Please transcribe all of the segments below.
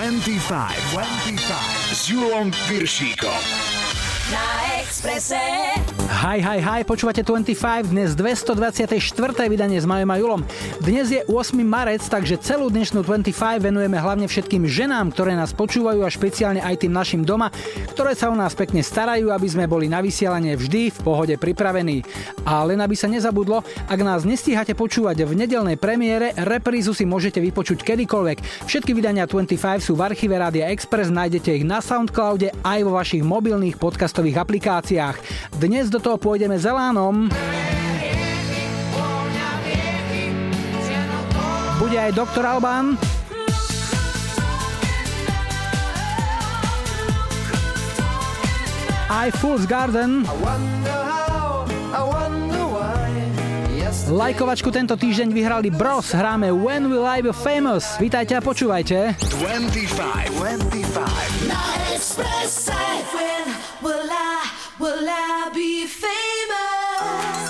s Julom Piršíkom. Na Expresse. Hi, počúvate 25, dnes 224. vydanie s Majom a Julom. Dnes je 8. marec, takže celú dnešnú 25 venujeme hlavne všetkým ženám, ktoré nás počúvajú a špeciálne aj tým našim doma, ktoré sa o nás pekne starajú, aby sme boli na vysielanie vždy v pohode pripravení. A len aby sa nezabudlo, ak nás nestíhate počúvať v nedeľnej premiére, reprízu si môžete vypočuť kedykoľvek. Všetky vydania 25 sú v archíve Rádia Express, nájdete ich na Soundcloude aj vo vašich mobilných podcastových aplikáciách. Dnes do toho pôjdeme s elánom. Bude aj Dr. Alban. Aj Fool's Garden. Lajkovačku tento týždeň vyhrali Bros. Hráme When Will I Be Famous. Vítajte a počúvajte. 25 Na Expresse. When will I be famous?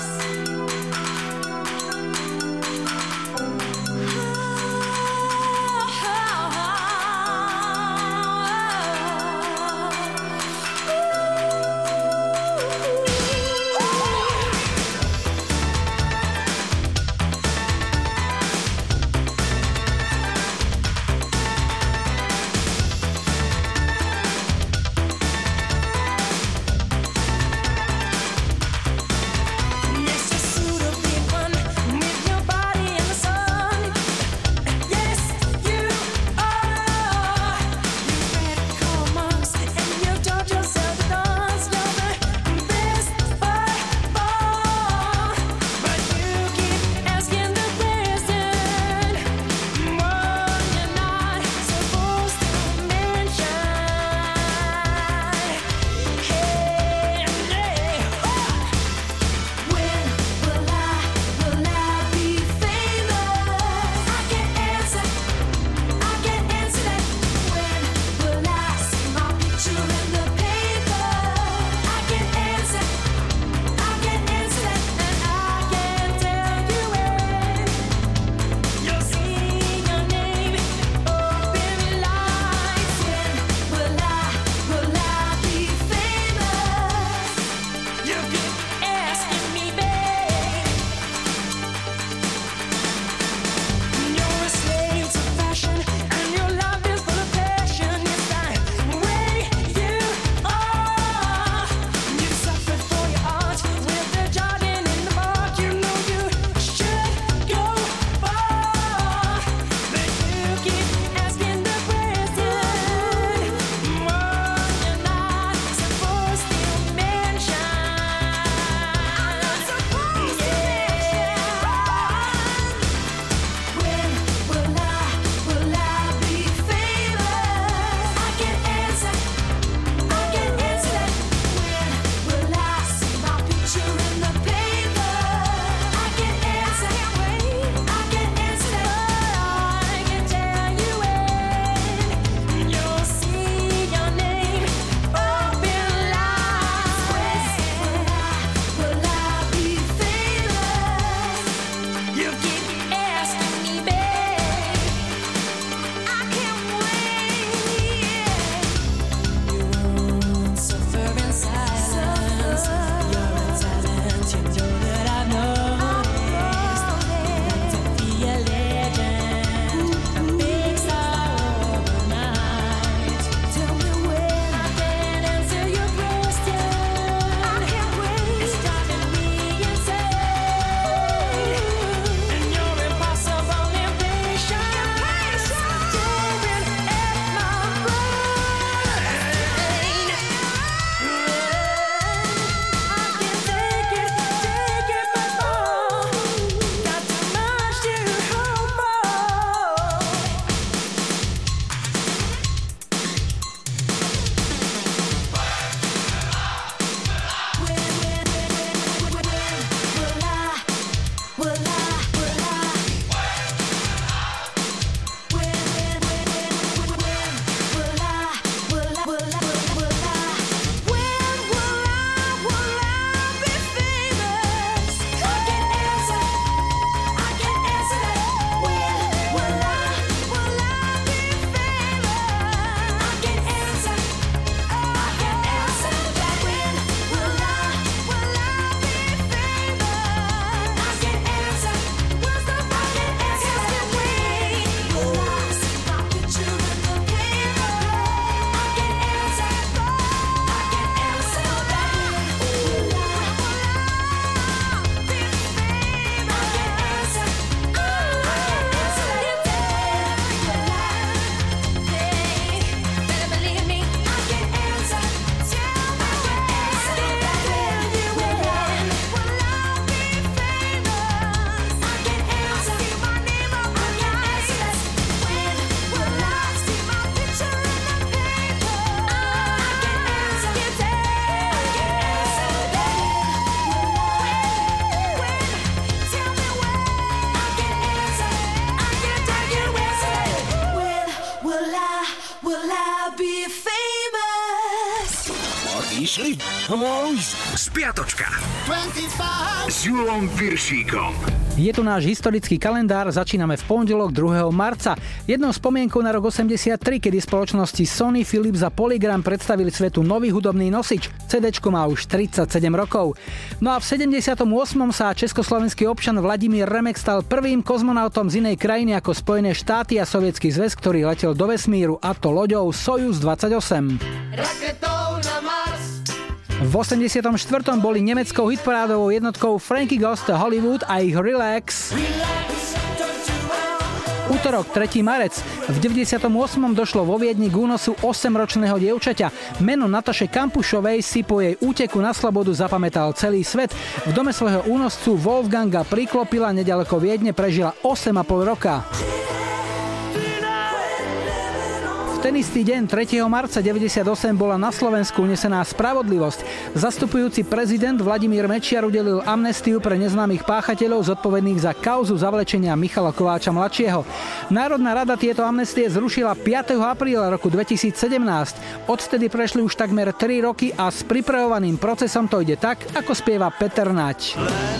Spiatočka 25 s Julom Piršíkom. Je tu náš historický kalendár, začíname v pondelok 2. marca. Jednou spomienkou na rok 83, kedy spoločnosti Sony, Philips a Polygram predstavili svetu nový hudobný nosič. CDčko má už 37 rokov. No a v 78. sa československý občan Vladimír Remek stal prvým kozmonautom z inej krajiny ako Spojené štáty a Sovietsky zväz, ktorý letel do vesmíru, a to loďou Sojuz 28. V 84. boli nemeckou hitparádovou jednotkou Frankie Goes to Hollywood a ich Relax. Útorok 3. marec. V 98. došlo vo Viedni k únosu 8-ročného dievčaťa. Meno Nataše Kampušovej si po jej úteku na slobodu zapamätal celý svet. V dome svojho únoscu Wolfganga priklopila, neďaleko Viedne prežila 8,5 roka. V ten istý deň 3. marca 98 bola na Slovensku unesená spravodlivosť. Zastupujúci prezident Vladimír Mečiar udelil amnestiu pre neznámych páchateľov zodpovedných za kauzu zavlečenia Michala Kováča mladšieho. Národná rada tieto amnestie zrušila 5. apríla roku 2017. Odvtedy prešli už takmer 3 roky a s pripravovaným procesom to ide tak, ako spieva Peter Nať.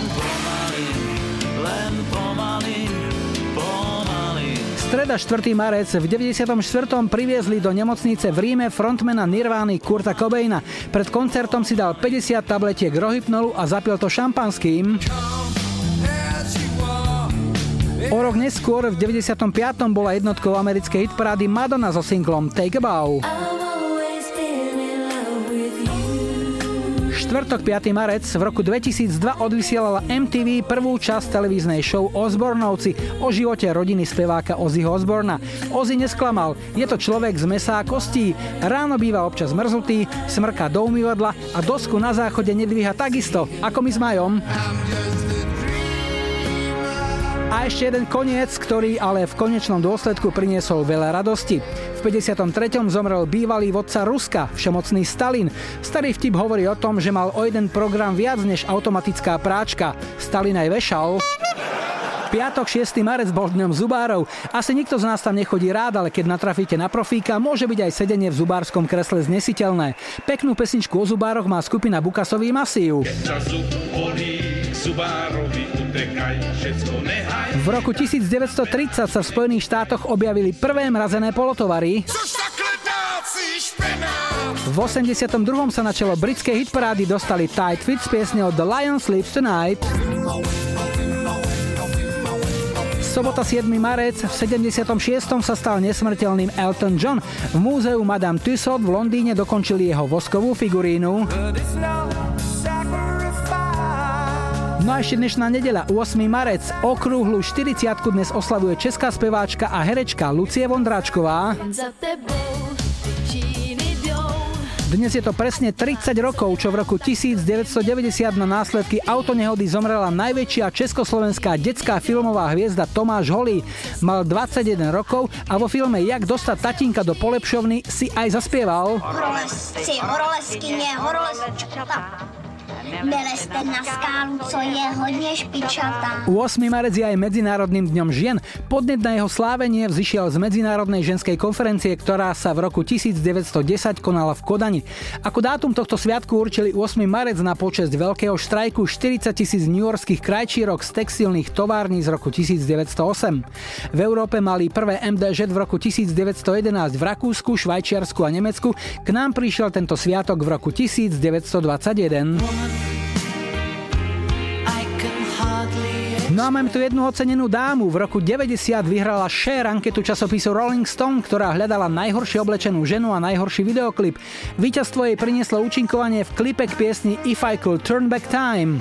Streda 4. marec. V 94. priviezli do nemocnice v Ríme frontmana Nirvány Kurta Cobaina. Pred koncertom si dal 50 tabletiek rohypnolu a zapil to šampanským. O rok neskôr, v 95. bola jednotkou americkej hitparády Madonna so singlom Take a Bow. Štvrtok 5. marec. V roku 2002 odvysielala MTV prvú časť televíznej show Osbornovci o živote rodiny speváka Ozzyho Osborna. Ozzy nesklamal, je to človek z mäsa a kostí. Ráno býva občas mrzutý, smrká do umývadla a dosku na záchode nedvíha takisto, ako my s Majom. A ešte jeden koniec, ktorý ale v konečnom dôsledku priniesol veľa radosti. V 53. zomrel bývalý vodca Ruska, všemocný Stalin. Starý vtip hovorí o tom, že mal o jeden program viac než automatická práčka. Stalin aj vešal. Piatok 6. marec bol dňom zubárov. Asi nikto z nás tam nechodí rád, ale keď natrafíte na profíka, môže byť aj sedenie v zubárskom kresle znesiteľné. Peknú pesničku o zubároch má skupina Bukasový masív. V roku 1930 sa v Spojených štátoch objavili prvé mrazené polotovary. V 82. sa na čelo britskej hitparády dostali Tight Fit s piesňou The Lion Sleeps Tonight. Sobota 7. marec. V 76. sa stal nesmrteľným Elton John. V múzeu Madame Tussauds v Londýne dokončili jeho voskovú figurínu. No a ešte dnešná nedeľa, 8. marec. Okrúhlu 40-ku dnes oslavuje česká speváčka a herečka Lucie Vondráčková. Dnes je to presne 30 rokov, čo v roku 1990 na následky autonehody zomrela najväčšia československá detská filmová hviezda Tomáš Holý. Mal 21 rokov a vo filme Jak dostať tatínka do polepšovny si aj zaspieval. Horolezci, horolezkyně, horolezčata. Nelezte na skálu, co je hodne špičatá. 8. marec je aj Medzinárodným dňom žien. Podnet na jeho slávenie vzišiel z Medzinárodnej ženskej konferencie, ktorá sa v roku 1910 konala v Kodani. Ako dátum tohto sviatku určili 8. marec na počesť veľkého štrajku 40 000 newyorských krajčírok z textilných tovární z roku 1908. V Európe mali prvé MDŽ v roku 1911 v Rakúsku, Švajčiarsku a Nemecku. K nám prišiel tento sviatok v roku 1921. No a máme tu jednu ocenenú dámu. V roku 90 vyhrala Cher anketu časopisu Rolling Stone, ktorá hľadala najhoršie oblečenú ženu a najhorší videoklip. Víťazstvo jej prinieslo účinkovanie v klipe k piesni If I Could Turn Back Time.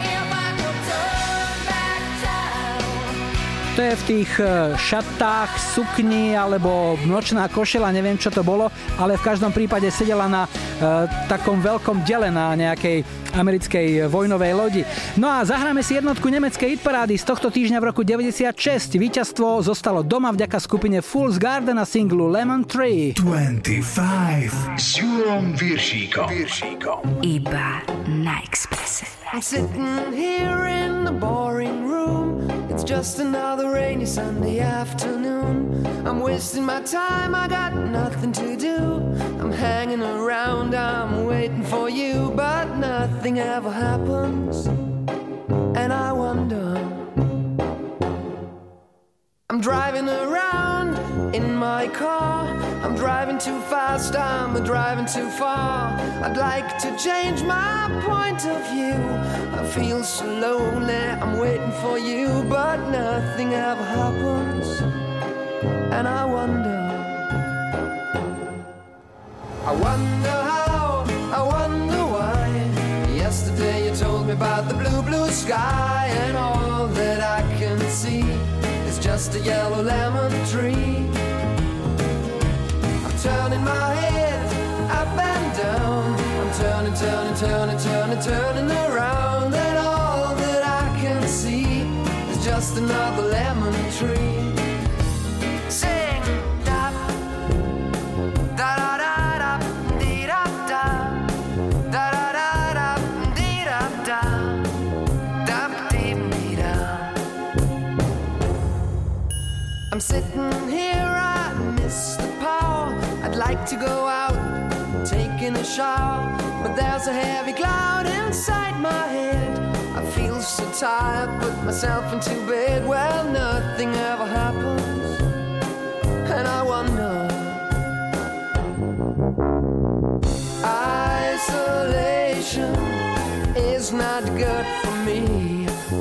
To je v tých šatách, sukni alebo nočná košela, neviem čo to bolo, ale v každom prípade sedela na takom veľkom diele na nejakej americkej vojnovej lodi. No a zahráme si jednotku nemeckej hitparády z tohto týždňa v roku 96. Víťazstvo zostalo doma vďaka skupine Fool's Garden a singlu Lemon Tree. 25 s Julom Piršíkom. Iba na Expresse. I'm sitting here in the boring room. It's just another rainy Sunday afternoon. I'm wasting my time, I got nothing to do. I'm hanging around, I'm waiting for you, but nothing ever happens. And I wonder, I'm driving around in my car, I'm driving too fast, I'm driving too far. I'd like to change my point of view. I feel so lonely, I'm waiting for you, but nothing ever happens. And I wonder how, I wonder why. Yesterday you told me about the blue, blue sky, and all that I can see is just a yellow lemon tree. I'm turning my head up and down, I'm turning, turning, turning, turning, turning around, and all that I can see is just another lemon tree. Sing, da, da, da, da. I'm sitting here, I miss the power. I'd like to go out, taking a shower, but there's a heavy cloud inside my head. I feel so tired, put myself into bed. Well, nothing ever happens, and I wonder. Isolation is not good for me.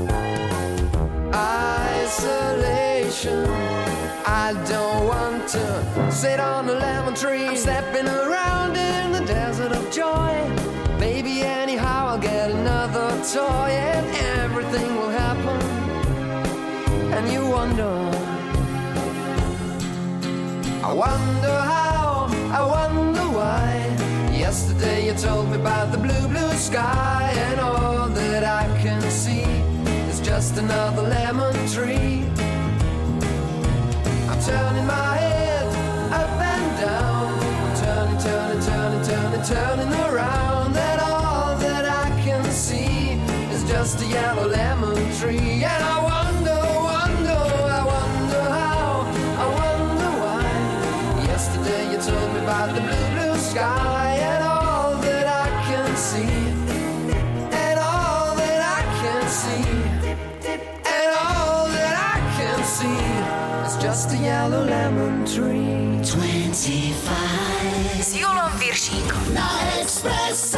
Isolation, I don't want to sit on a lemon tree. I'm stepping around in the desert of joy. Maybe anyhow I'll get another toy, and everything will happen. And you wonder, I wonder how, I wonder why. Yesterday you told me about the blue, blue sky, and all that I can see is just another lemon tree. I'm turning my head up and down, I'm turning, turning, turning, turning, turning around, and all that I can see is just a yellow lemon tree. And I wonder, wonder, I wonder how, I wonder why. Yesterday you told me about the blue, blue sky, and all that I can see, and all that I can see, and all that I can see is just a yellow lemon tree. 25 s Julom Viršíkom na Expresse.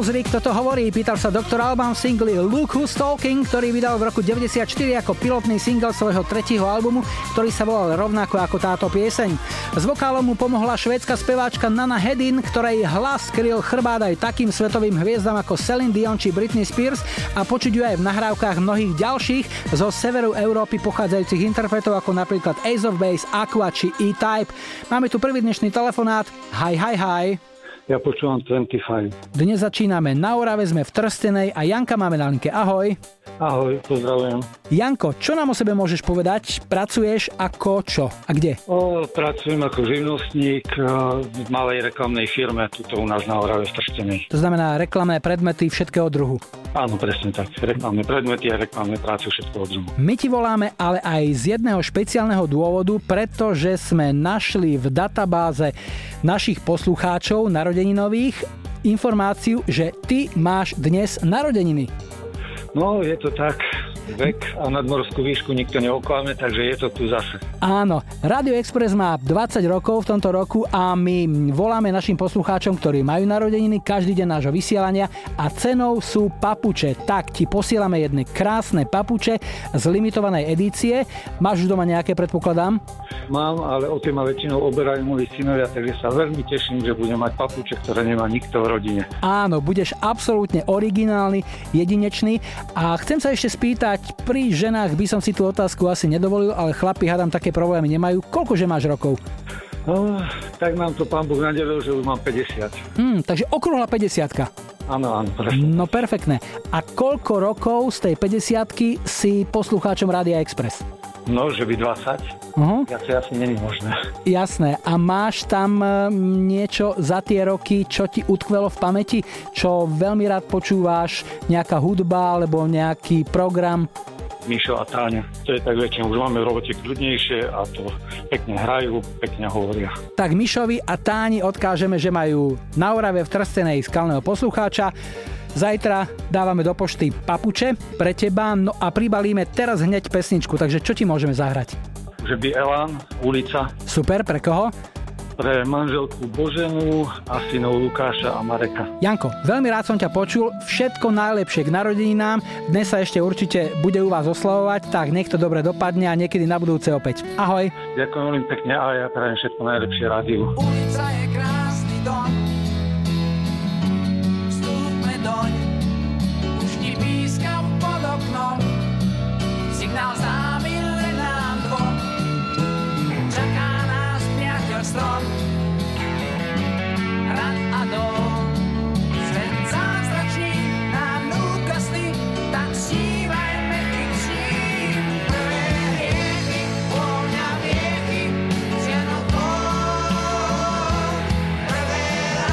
Pozri, kto to hovorí, pýtal sa Dr. Alban v singli Look Who's Talking, ktorý vydal v roku 94 ako pilotný single svojho 3. albumu, ktorý sa volal rovnako ako táto pieseň. S vokálom mu pomohla švédska speváčka Nana Hedin, ktorej hlas kryl chrbát aj takým svetovým hviezdam ako Celine Dion či Britney Spears a počuť ju aj v nahrávkach mnohých ďalších zo severu Európy pochádzajúcich interpretov ako napríklad Ace of Base, Aqua či E-Type. Máme tu prvý dnešný telefonát. Hi. Ja počúvam 25. Dnes začíname na Orave, sme v Trstenej a Janka máme na linke. Ahoj. Ahoj, pozdravujem. Janko, čo nám o sebe môžeš povedať? Pracuješ ako čo a kde? Pracujem ako živnostník v malej reklamnej firme tuto u nás na Orave v Trstenej. To znamená reklamné predmety všetkého druhu. Áno, presne tak. Reklamné predmety a reklamné práce všetkého druhu. My ti voláme ale aj z jedného špeciálneho dôvodu, pretože sme našli v databáze našich poslucháčov narodeninových informáciu, že ty máš dnes narodeniny. No, je to tak. Vek a nadmorskú výšku nikto neoklame, takže je to tu zase. Áno, Radio Express má 20 rokov v tomto roku a my voláme našim poslucháčom, ktorí majú narodeniny každý deň nášho vysielania a cenou sú papuče. Tak ti posielame jedné krásne papuče z limitovanej edície. Máš už doma nejaké, predpokladám? Mám, ale o tie ma väčšinou oberajú moji synovia, takže sa veľmi teším, že budem mať papuče, ktoré nemá nikto v rodine. Áno, budeš absolútne originálny, jedinečný a chcem sa ešte spýtať, pri ženách by som si tú otázku asi nedovolil, ale chlapi, hádam, také problémy nemajú. Koľkože máš rokov? No, tak nám to pán Boh nadelil, že už mám 50. Takže okrúhla 50-ka. Áno, presne. No perfektné. A koľko rokov z tej 50-ky si poslucháčom Rádia Express? No, že by 20. Asi nie je možné. Jasné. A máš tam niečo za tie roky, čo ti utkvelo v pamäti? Čo veľmi rád počúvaš? Nejaká hudba alebo nejaký program? Mišo a Táňa. To je tak väčšinou. Už máme v robote kľudnejšie a to pekne hrajú, pekne hovoria. Tak Mišovi a Táni odkážeme, že majú na Orave v Trstenej skalného poslucháča. Zajtra dávame do pošty papuče pre teba, no a pribalíme teraz hneď pesničku, takže čo ti môžeme zahrať? Že by Elán, Ulica. Super, pre koho? Pre manželku Boženu a synov Lukáša a Mareka. Janko, veľmi rád som ťa počul, všetko najlepšie k narodeninám, dnes sa ešte určite bude u vás oslavovať, tak nech to dobre dopadne a niekedy na budúce opäť. Ahoj. Ďakujem veľmi pekne a ja prajem všetko najlepšie rádiu. Ulica je krásny dom, vstúpme doň, už ti pískam pod oknom, signál známy len nám dvom, čaká nás priateľstvo, hrad a dom, svet zázračný nám núka sny, tak snívajme tým sním, prvé rieky, vôňa vieky, cieno tvoj, prvé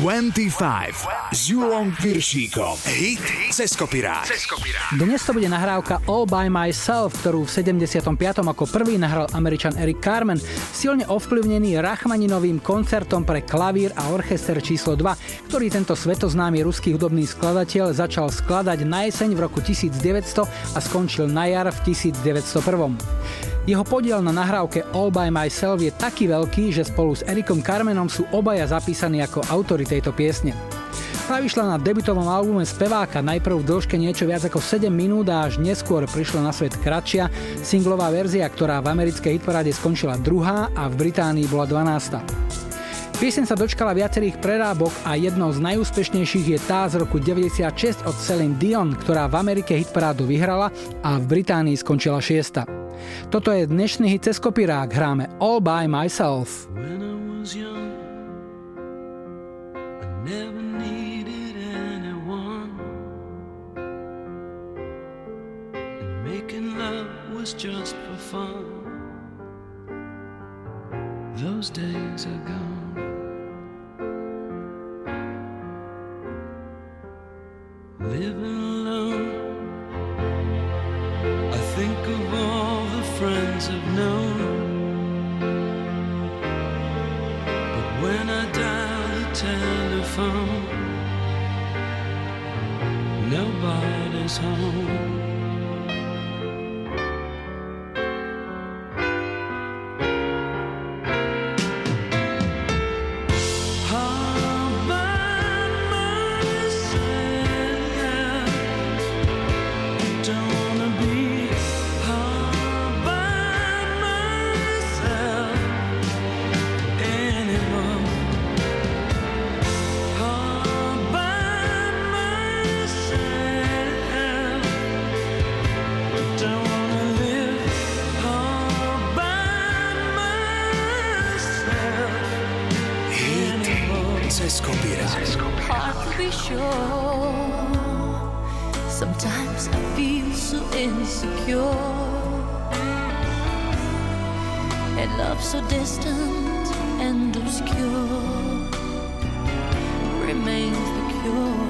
25 s Julom Piršíkom. Hit cez kopirák. Dnes to bude nahrávka All by Myself, ktorú v 75. ako prvý nahral Američan Eric Carmen, silne ovplyvnený Rachmaninovým koncertom pre klavír a orchester číslo 2, ktorý tento svetoznámy ruský hudobný skladateľ začal skladať na jeseň v roku 1900 a skončil na jar v 1901. Jeho podiel na nahrávke All by Myself je taký veľký, že spolu s Ericom Carmenom sú obaja zapísaní ako autori tejto piesne. Tá vyšla na debutovom albume speváka najprv v dĺžke niečo viac ako 7 minút a až neskôr prišla na svet kratšia singlová verzia, ktorá v americkej hitparáde skončila 2. a v Británii bola 12. Pieseň sa dočkala viacerých prerábok a jednou z najúspešnejších je tá z roku 96 od Celine Dion, ktorá v Amerike hitparádu vyhrala a v Británii skončila 6. Toto je dnešný hit cez kopirák, hráme All by Myself. When I was young, I never needed anyone, and making love was just for fun. Those days are gone. Living alone, I think of all the friends I've known, but when I dial the telephone, nobody's home. Hard to be sure. Sometimes I feel so insecure, and love so distant and obscure remains the cure.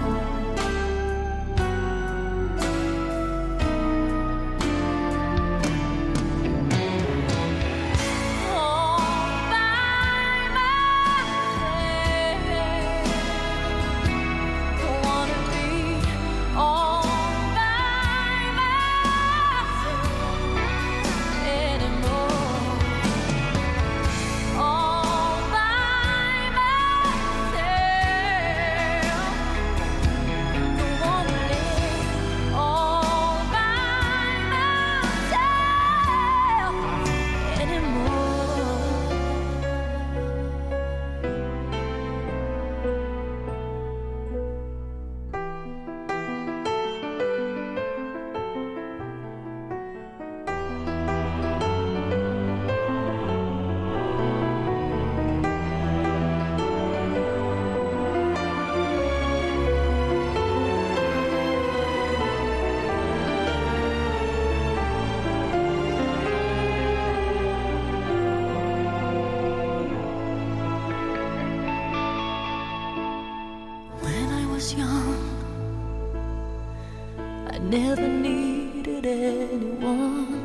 Never needed anyone,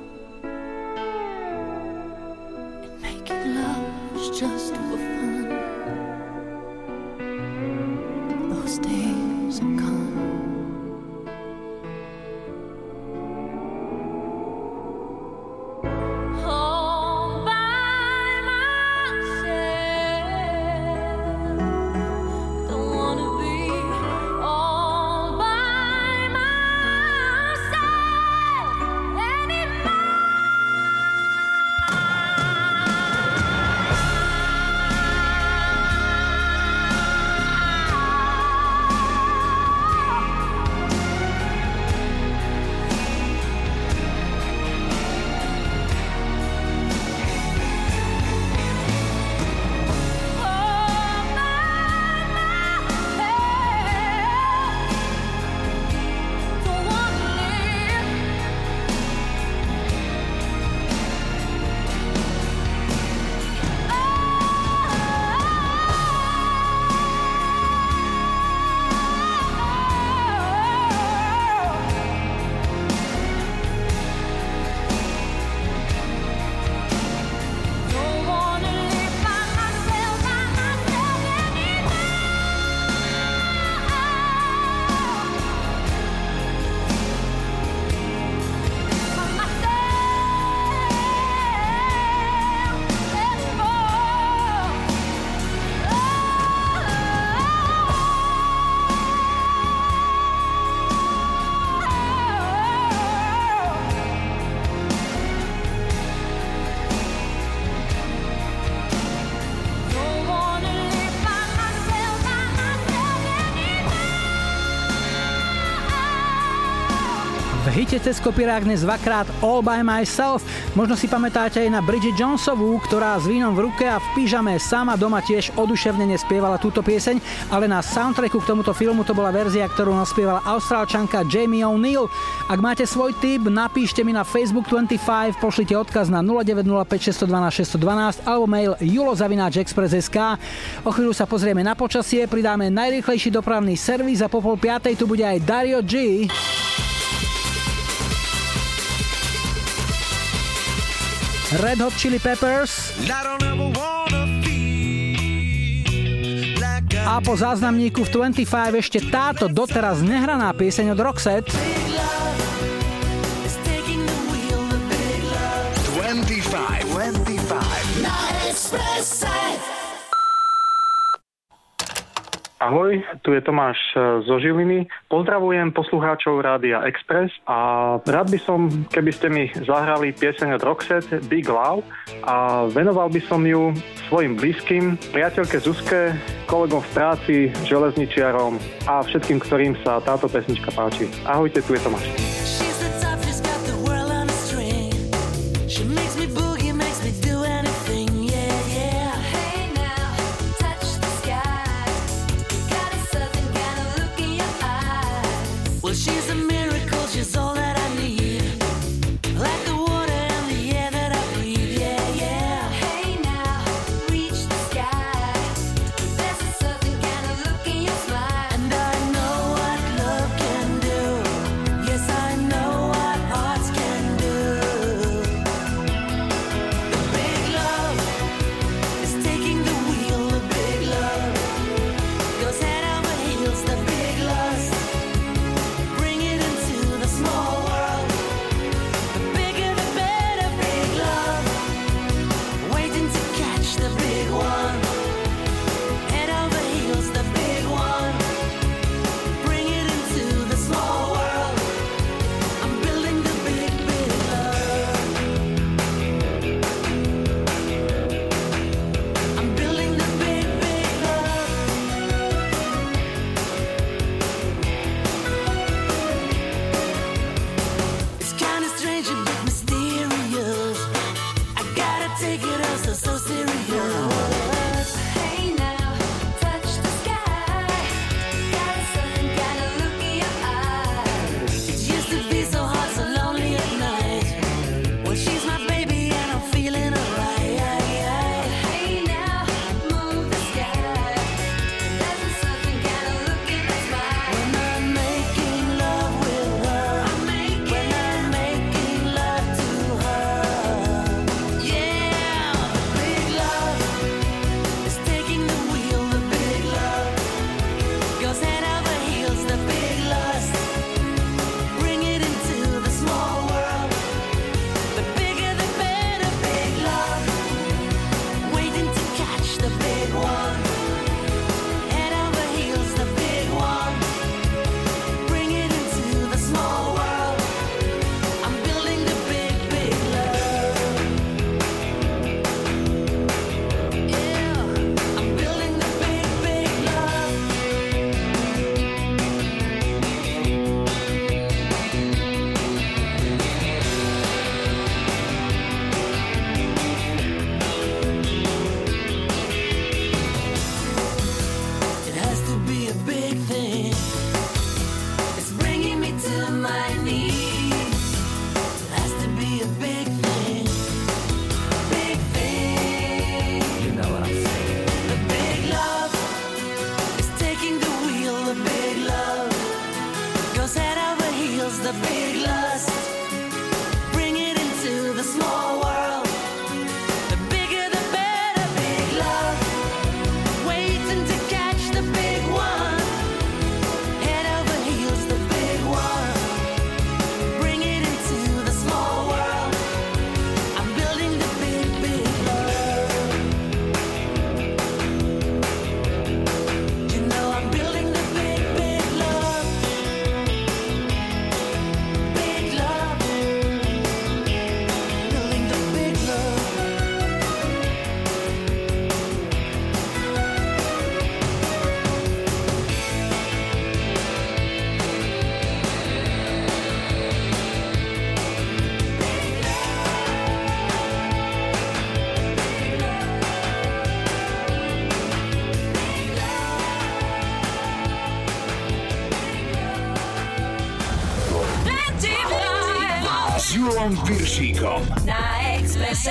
and making love was just for fun. Those days are gone. All by myself, don't wanna be all by V hite cez kopírák dnes dvakrát All by Myself. Možno si pamätáte aj na Bridget Jonesovú, ktorá s vínom v ruke a v pyžame sama doma tiež oduševnene spievala túto pieseň, ale na soundtracku k tomuto filmu to bola verzia, ktorú naspievala Austrálčanka Jamie O'Neill. Ak máte svoj tip, napíšte mi na Facebook 25, pošlite odkaz na 0905 612 612 alebo mail julo@express.sk. O chvíľu sa pozrieme na počasie, pridáme najrýchlejší dopravný servis a po 4:30 tu bude aj Dario G. Red Hot Chili Peppers a po záznamníku v 25 ešte táto doteraz nehraná pieseň od Roxette. 25 na Expresse. Ahoj, tu je Tomáš zo Žiliny. Pozdravujem poslucháčov Rádia Express a rád by som, keby ste mi zahrali pieseň od Roxette Big Love a venoval by som ju svojim blízkym, priateľke Zuzke, kolegom v práci, železničiarom a všetkým, ktorým sa táto pesnička páči. Ahojte, tu je Tomáš. Big love. s Julom Piršíkom Na Expresse.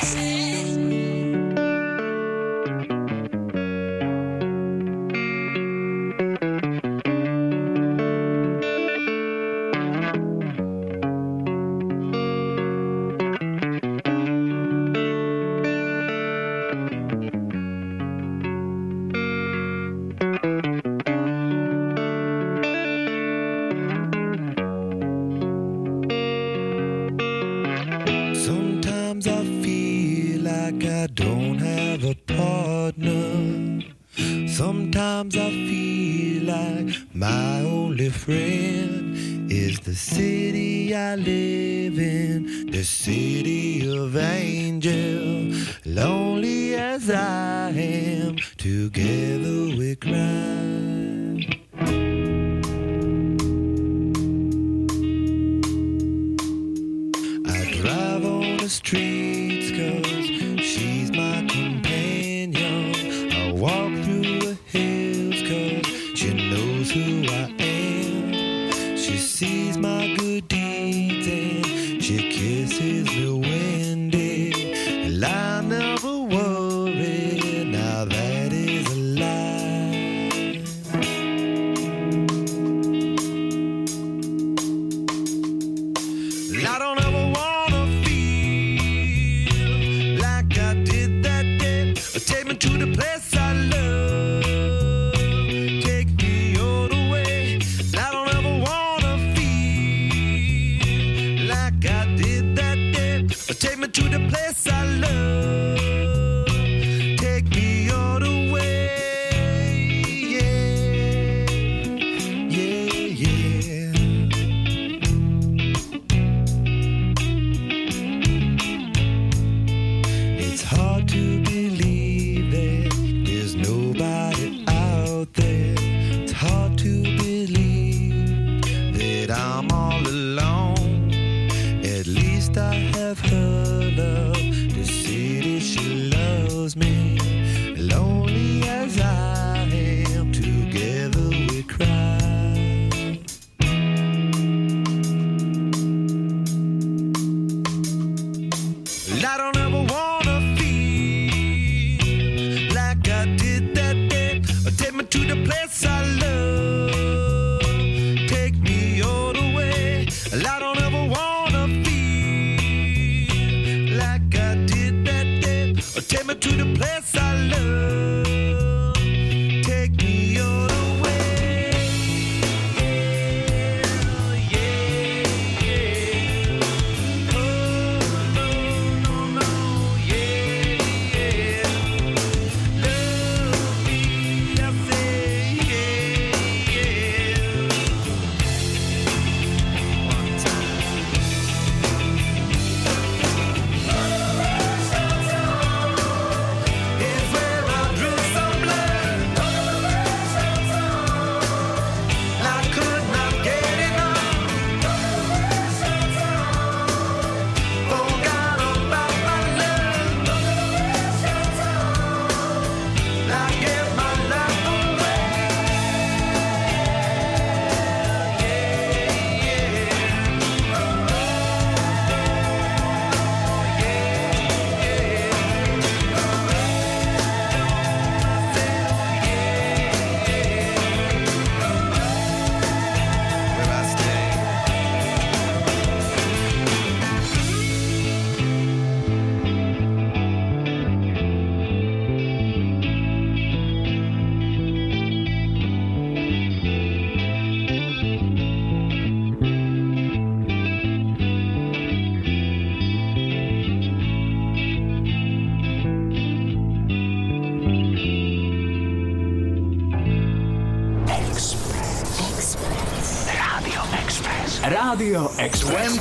Radio Express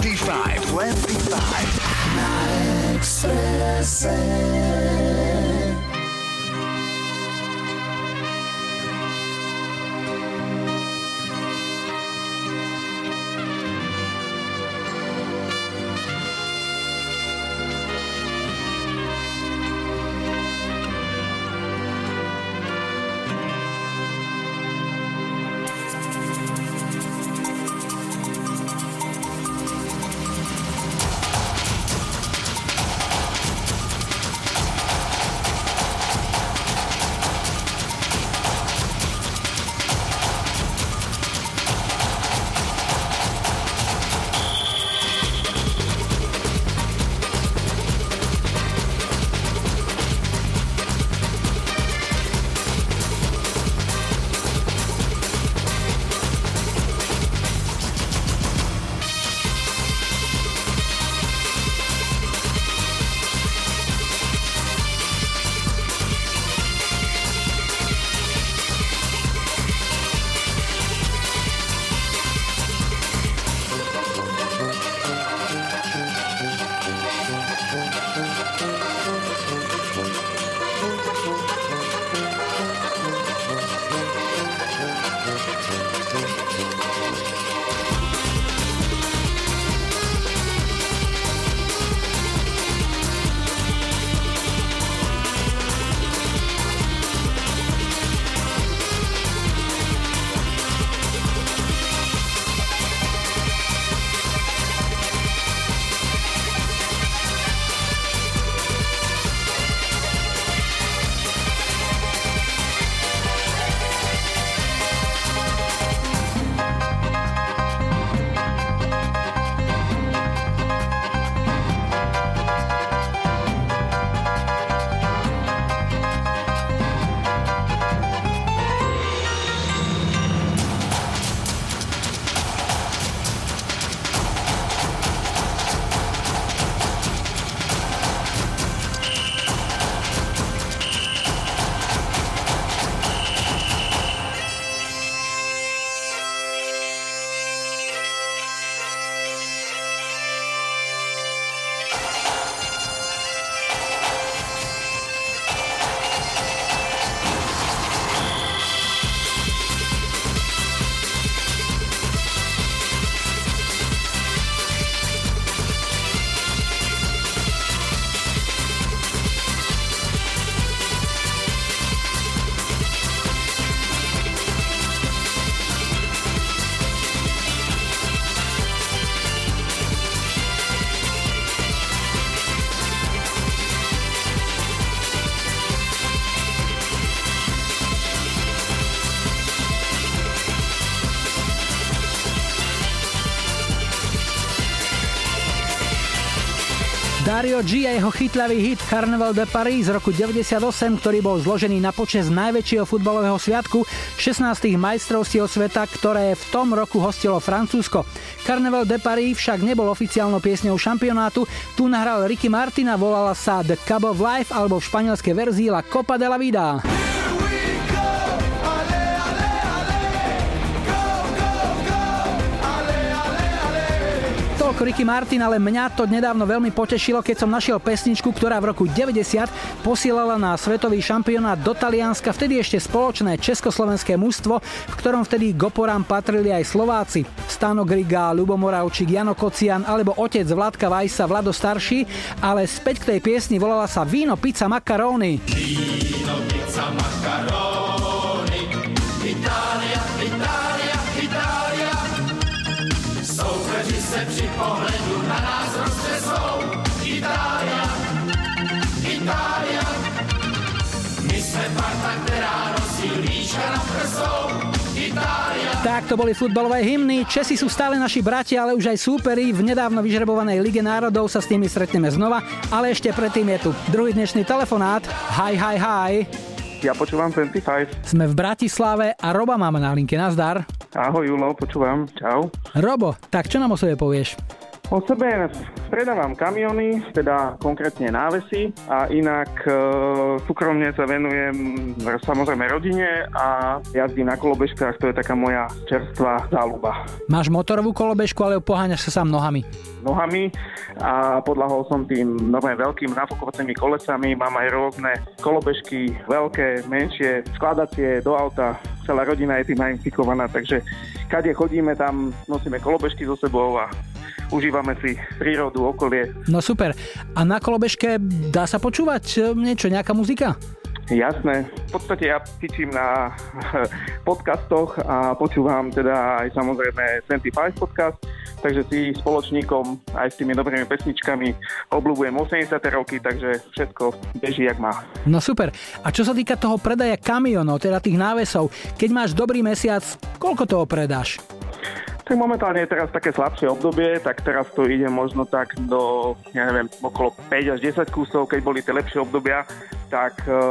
25 na Expresse. Dario G a jeho chytľavý hit Carnaval de Paris z roku 98, ktorý bol zložený na počesť najväčšieho futbalového sviatku 16. majstrovstiev sveta, ktoré v tom roku hostilo Francúzsko. Carnaval de Paris však nebol oficiálnou piesňou šampionátu, tu nahral Ricky Martin a volala sa The Cup of Life alebo v španielskej verzii La Copa de la Vida. Toľko Ricky Martin, ale mňa to nedávno veľmi potešilo, keď som našiel pesničku, ktorá v roku 90 posielala na svetový šampionát do Talianska, vtedy ešte spoločné československé mužstvo, v ktorom vtedy Goporám patrili aj Slováci. Stano Griga, Ľubo Moravčík, Jano Kocian alebo otec Vládka Vajsa, Vlado starší, ale späť k tej piesni volala sa Víno, pizza, macaróny. Víno, pizza, macaróny, Itália, Itália, Itália. Soupeři se při pohledu na nás roztřesou. Itália, Itália. My jsme parta, která nosí líška na prsou. Itália. Tak to boli futbalové hymny. Česi sú stále naši bratia, ale už aj súperi. V nedávno vyžrebovanej Lige národov sa s nimi stretneme znova. Ale ešte predtým je tu druhý dnešný telefonát. Hi. Ja počúvam 25. Sme v Bratislave a Roba máme na linke. Nazdar. Ahoj Julo, počúvam. Čau. Robo, tak čo nám o sebe povieš? O sebe predávam kamiony, teda konkrétne návesy a inak súkromne sa venujem samozrejme rodine a jazdí na kolobežkách, to je taká moja čerstvá záľuba. Máš motorovú kolobežku, ale poháňaš sa sám nohami? Nohami a podľahol som tým normálne veľkým nafukovacími kolesami, mám aj rôzne kolobežky, veľké, menšie, skladacie do auta, celá rodina je tým nainfikovaná, takže kade chodíme, tam nosíme kolobežky so sebou a užívame si prírodu, okolie. No super. A na kolobežke dá sa počúvať niečo, nejaká muzika? Jasné. V podstate ja cvičím na podcastoch a počúvam teda aj samozrejme 25 podcast, takže si spoločníkom aj s tými dobrými pesničkami obľúbujem 80. roky, takže všetko beží jak má. No super. A čo sa týka toho predaja kamionov, teda tých návesov, keď máš dobrý mesiac, koľko toho predáš? Tak momentálne je teraz také slabšie obdobie, tak teraz to ide možno tak do, ja neviem, okolo 5 až 10 kusov, keď boli tie lepšie obdobia, tak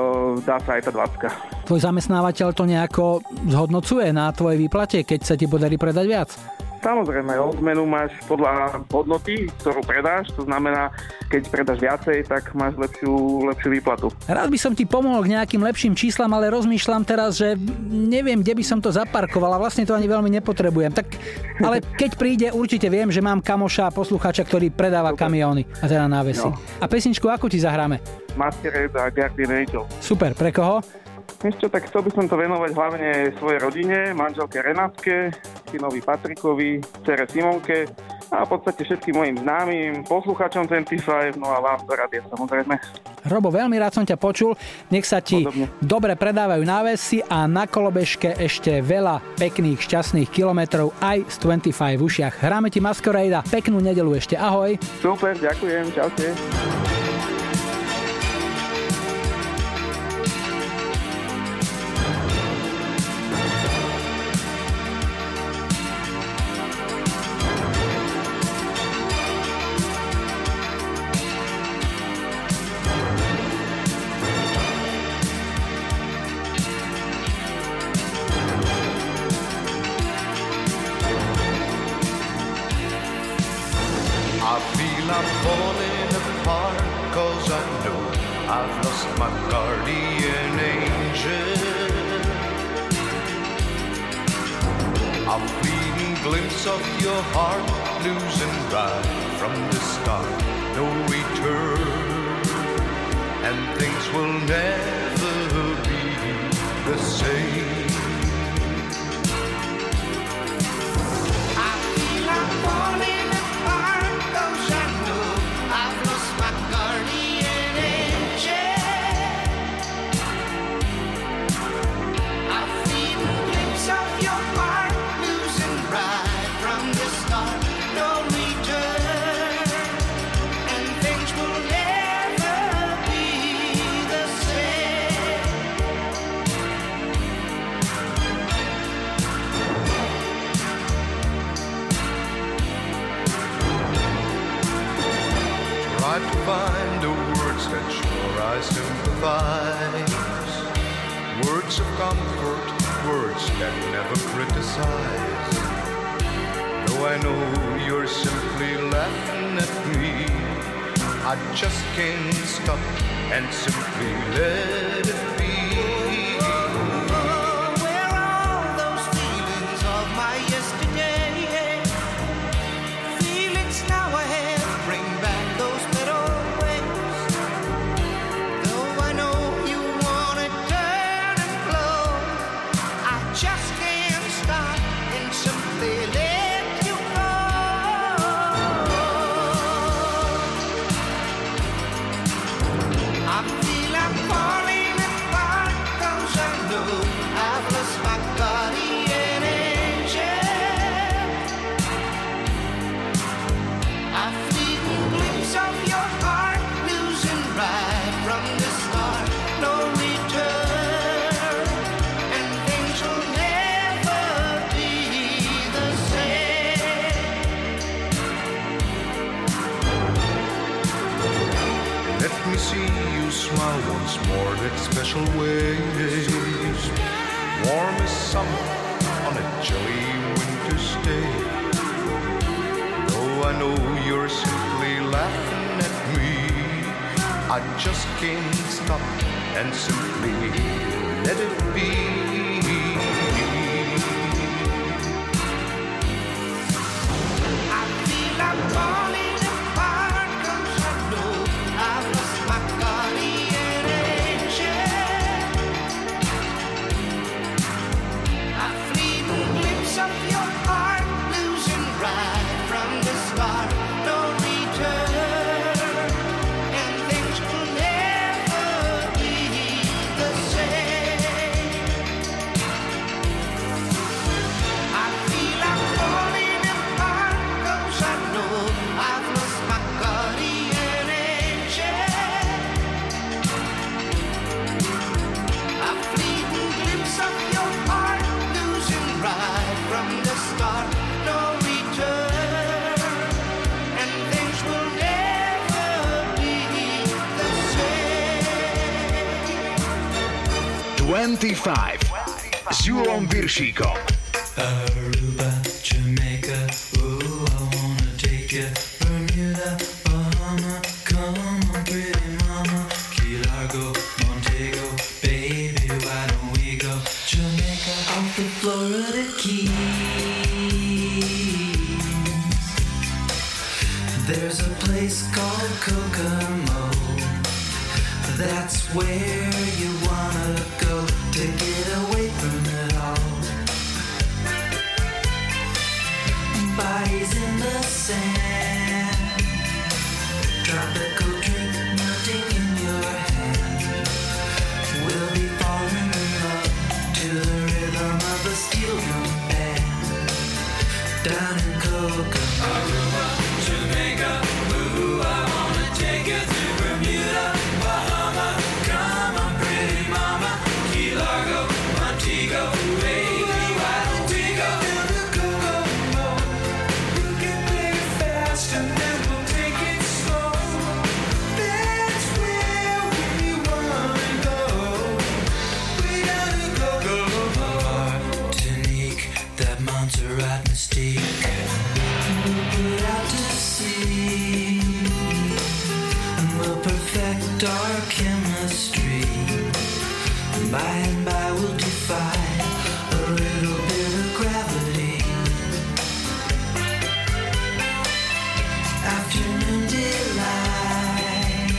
dá sa aj tá 20. Tvoj zamestnávateľ to nejako zhodnocuje na tvojej výplate, keď sa ti podarí predať viac? Samozrejme, odmenu máš podľa hodnoty, ktorú predáš, to znamená, keď predáš viacej, tak máš lepšiu výplatu. Rád by som ti pomohol k nejakým lepším číslam, ale rozmýšľam teraz, že neviem, kde by som to zaparkoval a vlastne to ani veľmi nepotrebujem. Tak, ale keď príde, určite viem, že mám kamoša, poslucháča, ktorý predáva kamióny a teda návesy. No. A pesničku ako ti zahráme? Masquerade a Guardian Angel. Super, pre koho? Ešte tak chcel by som to venovať hlavne svojej rodine, manželke Renátke, synovi Patrikovi, dcere Simonke a v podstate všetkým mojim známym, poslucháčom 25, no a vám do rádia samozrejme. Robo, veľmi rád som ťa počul, nech sa ti dobre predávajú návesy a na kolobežke ešte veľa pekných, šťastných kilometrov aj z 25 v ušiach. Hráme ti Masquerade, peknú nedeľu ešte, ahoj. Super, ďakujem, čaute. I'd find the words that sure I sympathize. Words of comfort, words that never criticize. Though I know you're simply laughing at me, I just can't stop and simply let it be. Where are all those feelings of my yesterday? Feelings now ahead, bring back those better ways. Though I know you wanna turn and flow, I just can't stop and simply let you go. I feel I'm falling apart 'cause I know I've lost my guardian angel. I feel a glimpse of your heart losing right from the start, no return, and things will never be the same. Let me see you smile once more that special way. Warm as summer on a chilly winter's day. Though I know you're simply laughing at me, I just can't stop and simply let it be. I feel I'm falling apart 'cause I know I've lost my guardian angel. I feel a glimpse of your heart losing right from the start, no return, and things will never be the same. I feel I'm falling apart 'cause I know I've lost my guardian angel. A fleeting glimpse of your heart losing right from the start, no return, and things will never be the same. 25 s Julom Viršíkom. Aruba, Jamaica, ooh, I wanna take you. Bermuda, Bahama, come on, pretty mama. Key Largo, Montego, baby, why don't we go? Jamaica, off the Florida Keys. There's a place called Kokomo. That's where you wanna go to get away from it all. Bodies in the sand, tropical drink melting in your hand. We'll be falling in love to the rhythm of a steel drum band. Down in Kokomo, Aruba, Jamaica, ooh, I wanna take you to Bermuda, Bahama, come on, pretty mama, Key Largo, Montego, baby, why don't we go to the Kokomo? You can play it fast and then we'll take it slow. That's where we wanna go. We gotta go, go, go. Martinique, that Montserrat mystique. We'll put out to sea and we'll perfect our chemistry. By and by we'll defy a little bit of gravity. Afternoon delight,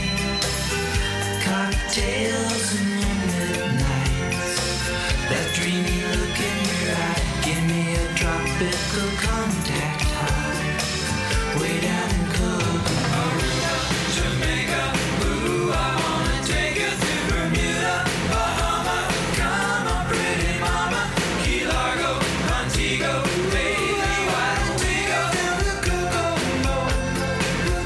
cocktails and moonlit nights. That dreamy look in your eye, give me a tropical contact high. Way down in Kokomo, Aruba, Jamaica, ooh, I wanna take you to Bermuda, Bahama, come on, pretty mama, Key Largo, Montego, baby, why don't we go to the Kokomo?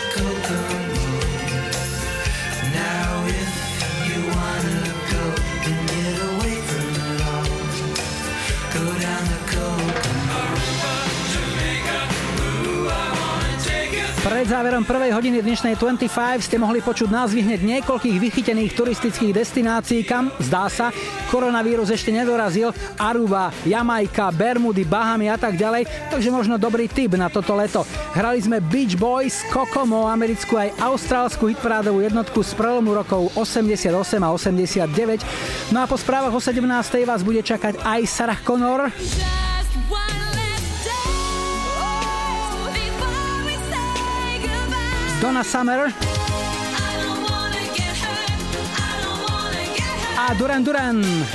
Kokomo. Now if you wanna go and get away from it all, go down the Kokomo. Pred záverom prvej hodiny dnešnej 25 ste mohli počuť názvy hneď niekoľkých vychytených turistických destinácií, kam, zdá sa, koronavírus ešte nedorazil. Aruba, Jamajka, Bermudy, Bahamy a tak ďalej, takže možno dobrý tip na toto leto. Hrali sme Beach Boys, Kokomo, americkú aj austrálsku hitparádovú jednotku z prelomu rokov 88 a 89. No a po správach o 17. vás bude čakať aj Sarah Connor, Donna Summer a Duran Duran.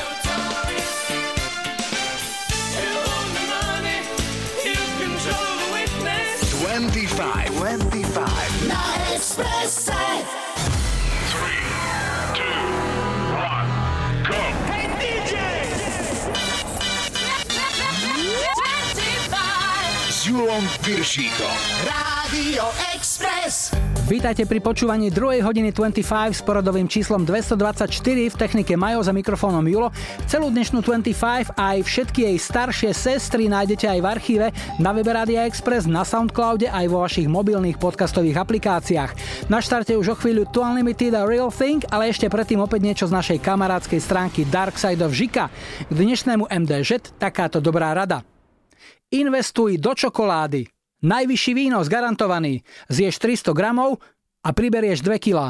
Na Expresse. 3, 2, 1, go. Hey DJ! S Julom Piršíkom. Rádio Express. Vítajte pri počúvaní 2. hodiny 25 s poradovým číslom 224, v technike Majo, za mikrofónom Julo. Celú dnešnú 25 a aj všetky jej staršie sestry nájdete aj v archíve, na webe Rádia Express, na Soundcloude aj vo vašich mobilných podcastových aplikáciách. Na štarte už o chvíľu Too Unlimited a Real Thing, ale ešte predtým opäť niečo z našej kamarádskej stránky Dark Side of Žika. K dnešnému MDŽ takáto dobrá rada. Investuj do čokolády. Najvyšší výnos garantovaný. Zješ 300 gramov a priberieš 2 kilá.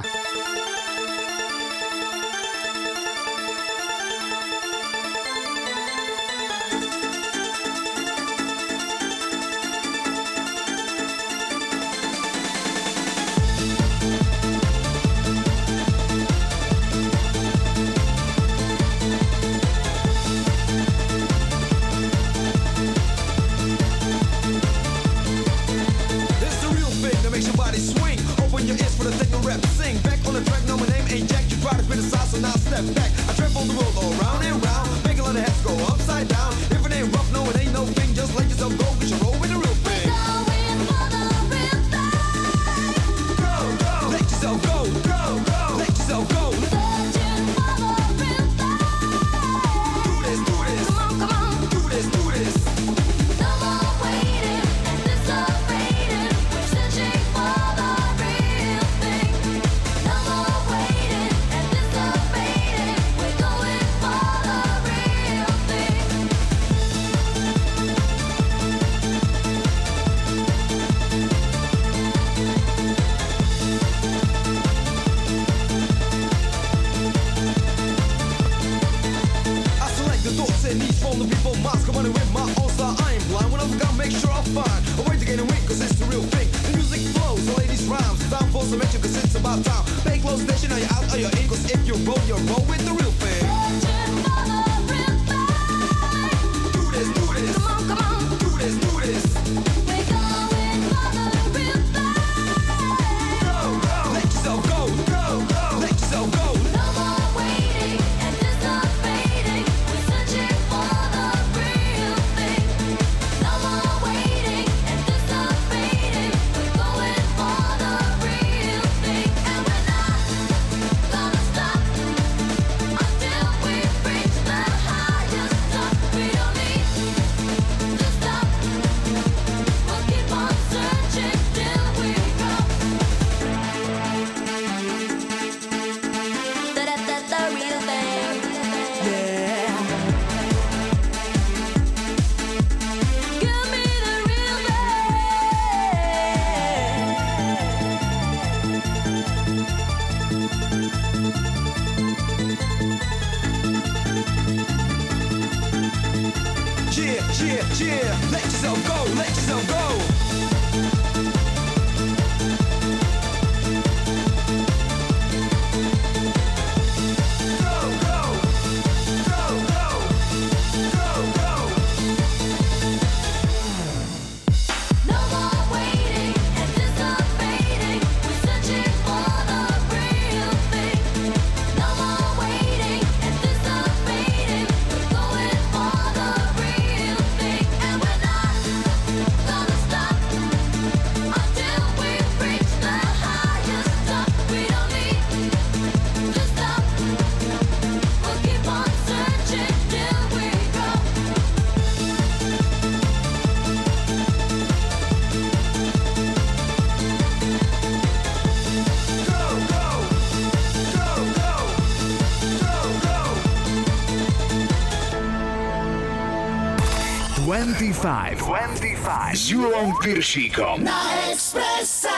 25 s Julom Piršíkom Na Expresse.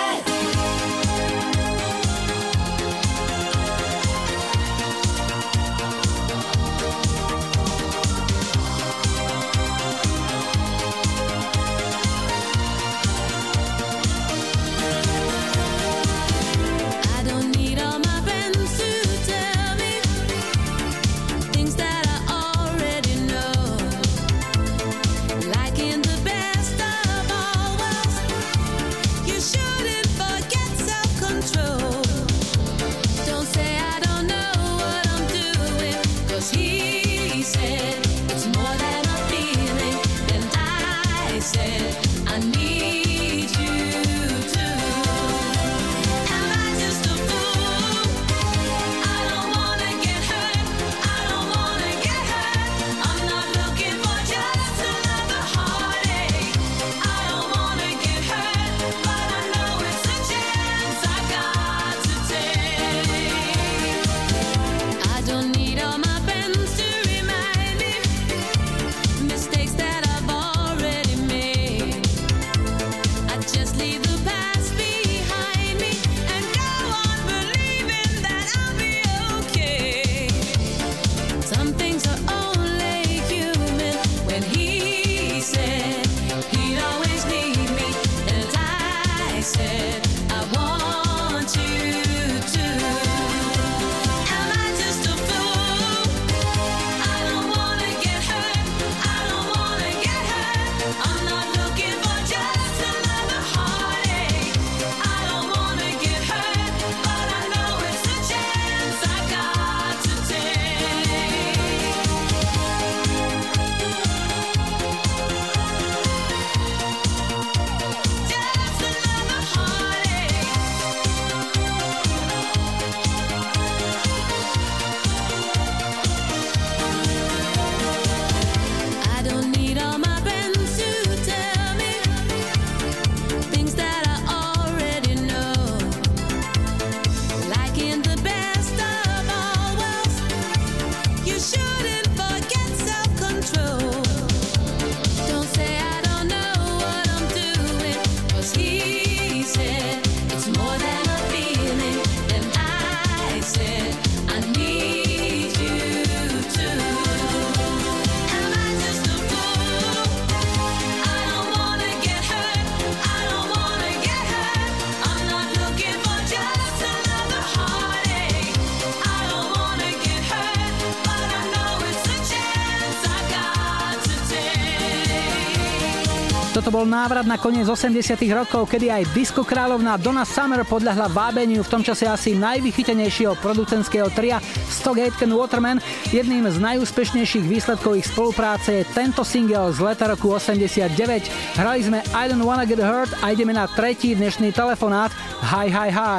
Toto bol návrat na koniec 80 rokov, kedy aj disco kráľovná Donna Summer podľahla vábeniu v tom čase asi najvychytenejšieho producentského tria Stock Aitken Waterman. Jedným z najúspešnejších výsledkov ich spolupráce je tento single z leta roku 89. Hrali sme I Don't Wanna Get Hurt a ideme na tretí dnešný telefonát. Hi.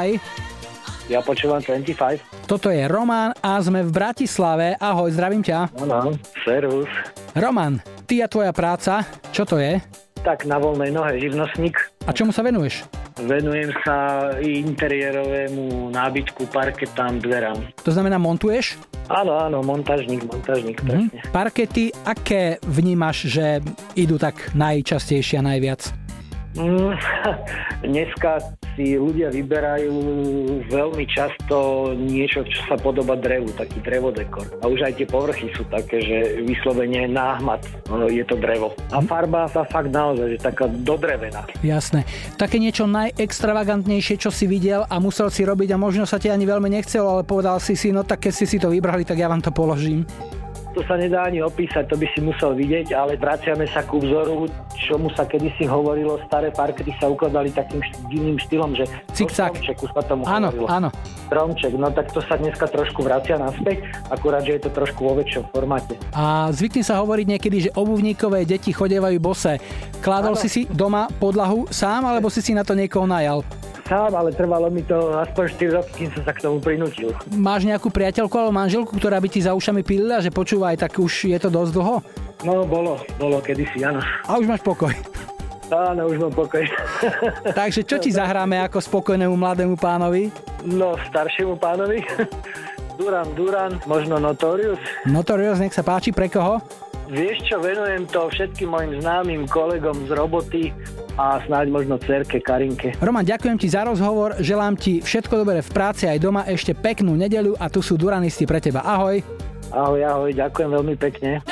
Ja počúvam 25. Toto je Roman a sme v Bratislave. Ahoj, zdravím ťa. Áno, servus. Roman, ty a tvoja práca, čo to je? Tak na voľnej nohe živnostník. A čomu sa venuješ? Venujem sa interiérovému nábytku, parketám, dverám. To znamená montuješ? Áno, montážnik, presne. Parkety, aké vnímaš, že idú tak najčastejšie a najviac? Dneska si ľudia vyberajú veľmi často niečo, čo sa podobá drevu, taký drevodekor. A už aj tie povrchy sú také, že vyslovene náhmat, je to drevo. A farba sa fakt naozaj, že taká dodrevená. Jasné. Také niečo najextravagantnejšie, čo si videl a musel si robiť a možno sa ti ani veľmi nechcelo, ale povedal si, no tak keď si to vybrali, tak ja vám to položím. To sa nedá ani opísať, to by si musel vidieť, ale vraciame sa ku vzoru, čomu sa kedysi hovorilo, staré parkety sa ukladali takým divným štýlom, že cikcak. Stromčeku sa tomu hovorilo. Áno. Stromček, no tak to sa dneska trošku vracia naspäť, akurát, že je to trošku vo väčšom formáte. A zvykne sa hovoriť niekedy, že obuvníkové deti chodievajú bosé. Kládol si doma podlahu sám, alebo si na to niekoho najal? Sám, ale trvalo mi to aspoň 4 roky, kým som sa k tomu prinútil. Máš nejakú priateľku alebo manželku, ktorá by ti za ušami pilila, že počúvaj, tak už je to dosť dlho? No, bolo kedysi, áno. A už máš pokoj. Áno, už mám pokoj. Takže čo ti zahráme ako spokojnému mladému pánovi? No, staršiemu pánovi. Duran, možno Notorious. Notorious, nech sa páči, pre koho? Vieš čo, venujem to všetkým mojim známym kolegom z roboty a snáď možno dcerke Karinke. Roman, ďakujem ti za rozhovor, želám ti všetko dobré v práci aj doma, ešte peknú nedeľu a tu sú Duranisti pre teba. Ahoj. Ahoj, ďakujem veľmi pekne.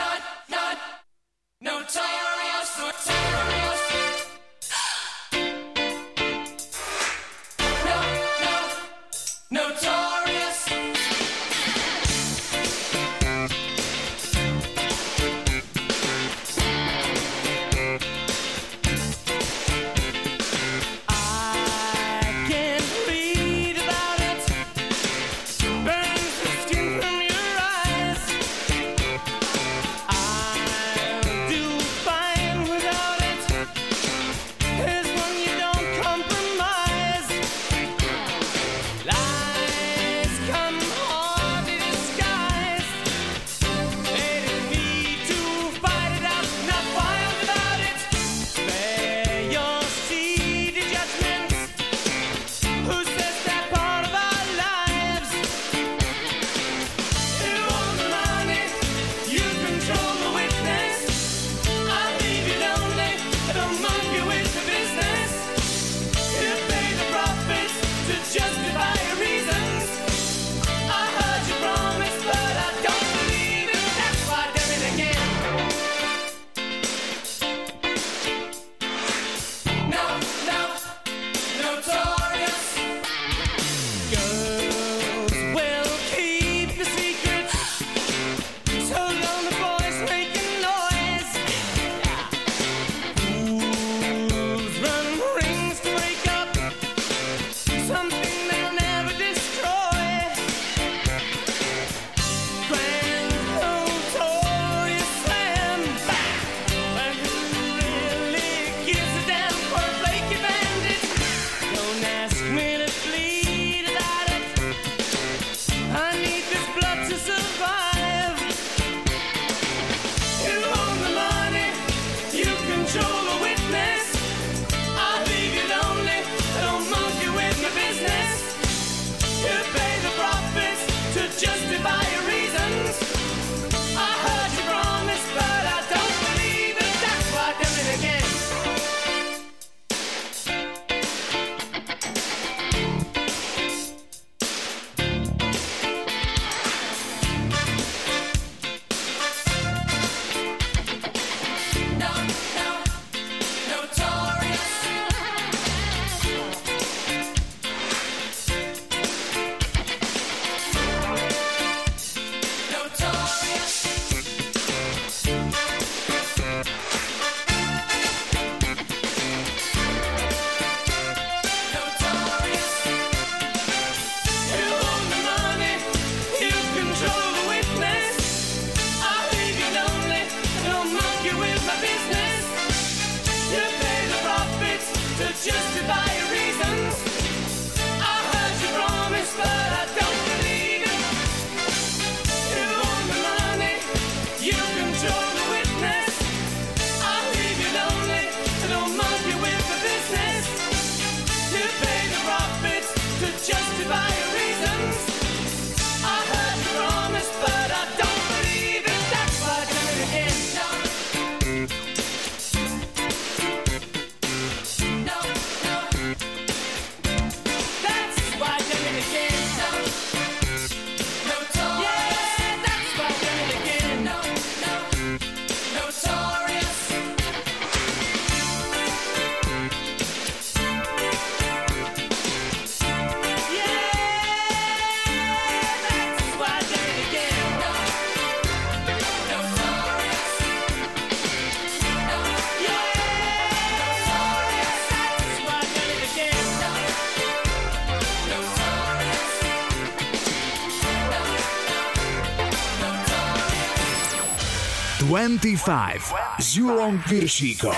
s Julom Piršíkom.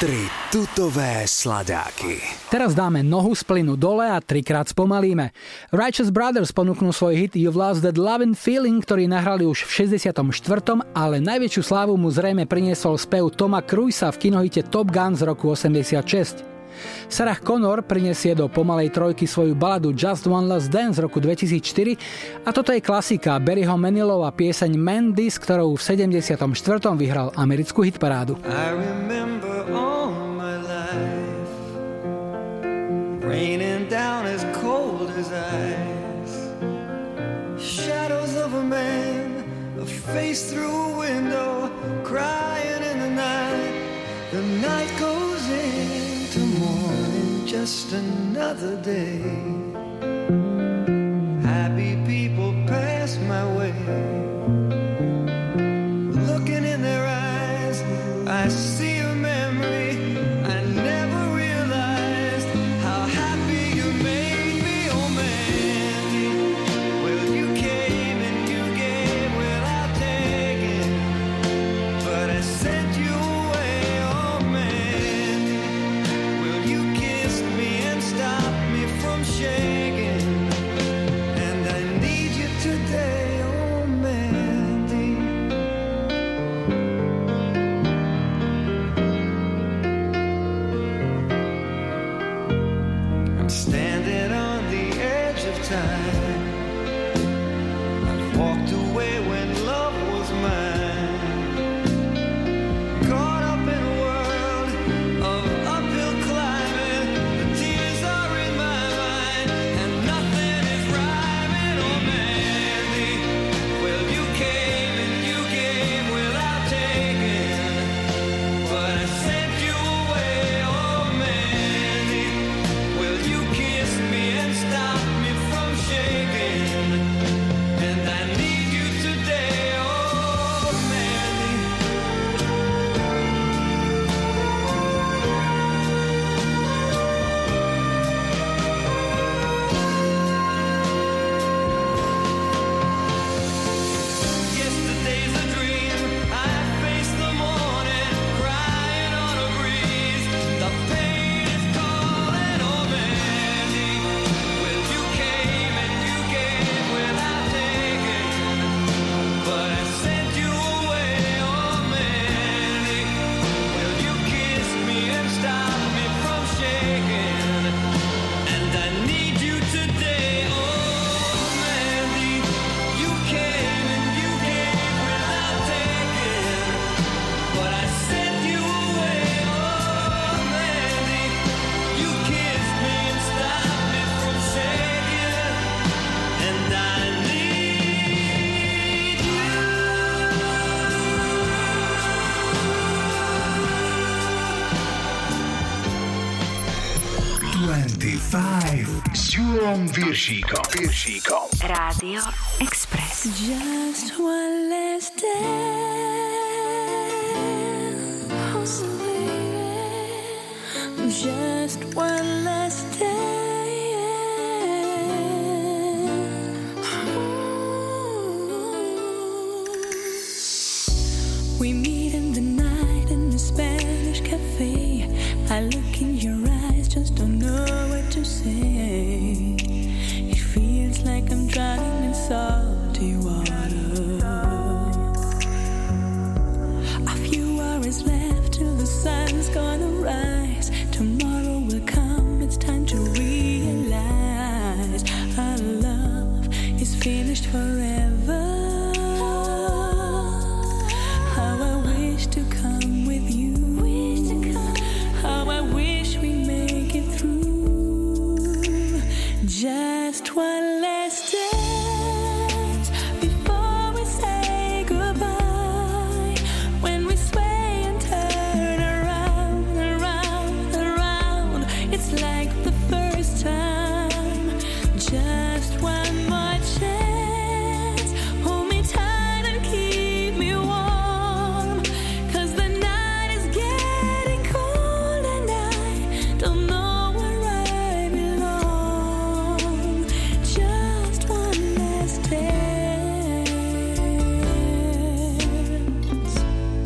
3 tutové sladáky. Teraz dáme nohu z plynu dole a 3-krát spomalíme. Righteous Brothers ponúknú svoj hit You've Lost That Lovin' Feeling, ktorý nahrali už v 64., ale najväčšiu slávu mu zrejme priniesol spev Toma Cruisa v kinohite Top Gun z roku 86. Sarah Connor prinesie do pomalej trojky svoju baladu Just One Last Dance z roku 2004 a toto je klasika Barryho Manilova pieseň Mandy, s ktorou v 74. vyhral americkú hitparádu. I remember all my life raining down as cold as ice, shadows of a man, a face through a window, crying in the night. The night goes into morning, just another day. Happy people pass my way, looking in their eyes, I see a memory. I never realized how happy you made me, oh man. Well, you came and you gave without taking, but I sent you away, oh man. Well, you kissed me and stopped me from shaking, and I need you today, oh Mandy. I'm standing on the edge of time. I've walked away when love was mine. Caught up in a world of uphill climbing. The tears are in my mind, and nothing is rhyming, oh Mandy. Well, you came and you gave without taking, but I sent you away, oh Mandy. Well, you kissed me and stopped me from shaking, and I need you today, oh Mandy. Yesterday's a dream, I face the morning, crying on a breeze. The pain is calling, oh Mandy. Well, you came and you gave without taking, but I sent you away, oh Mandy. Well, you kissed me and stopped me from shaking, and I need you today, oh Mandy. You came and you gave without taking, but I sent you away, oh Mandy. You kissed me and stopped me from shaking, and I need you. 25 s Julom Viršíkom. Rádio Express. Just one last dance, just one last dance. We meet in the night in the Spanish cafe. I look in your eyes, just don't know what to say. It feels like I'm drowning in salty water. A few hours left till the sun's gonna rise. Tomorrow will come, it's time to realize our love is finished forever. How I wish to come with you. How I wish we make it through. Just one last dance before we say goodbye. When we sway and turn around, around, around, it's like the first time. Just one more chance. Hold me tight and keep me warm, 'cause the night is getting cold and I don't know where I belong. Just one last dance.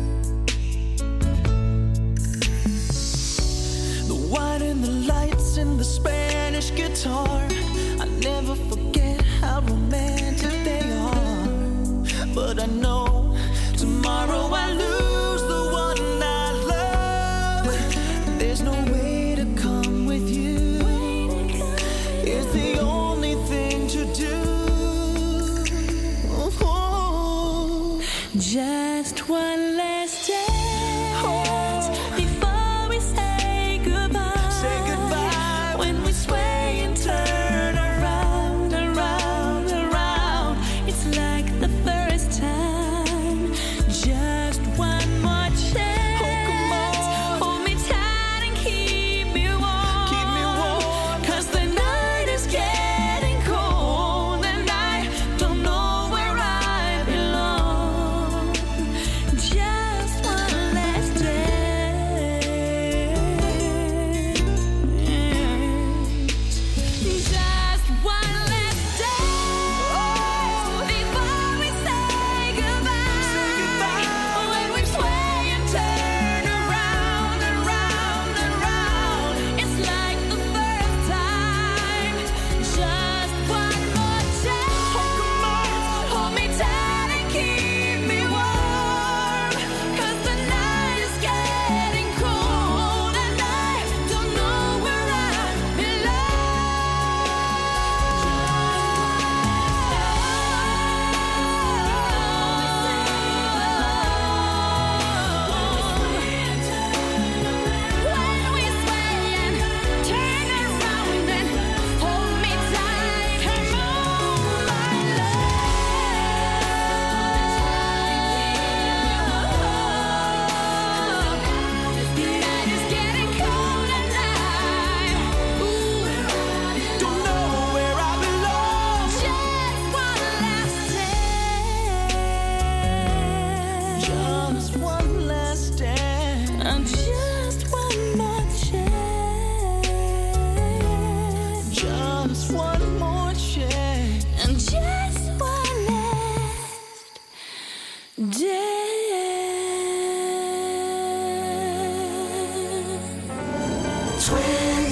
The wine and the lights and the Spanish guitar, I never forget how romantic they are. But I know tomorrow I lose the one I love. There's no way to come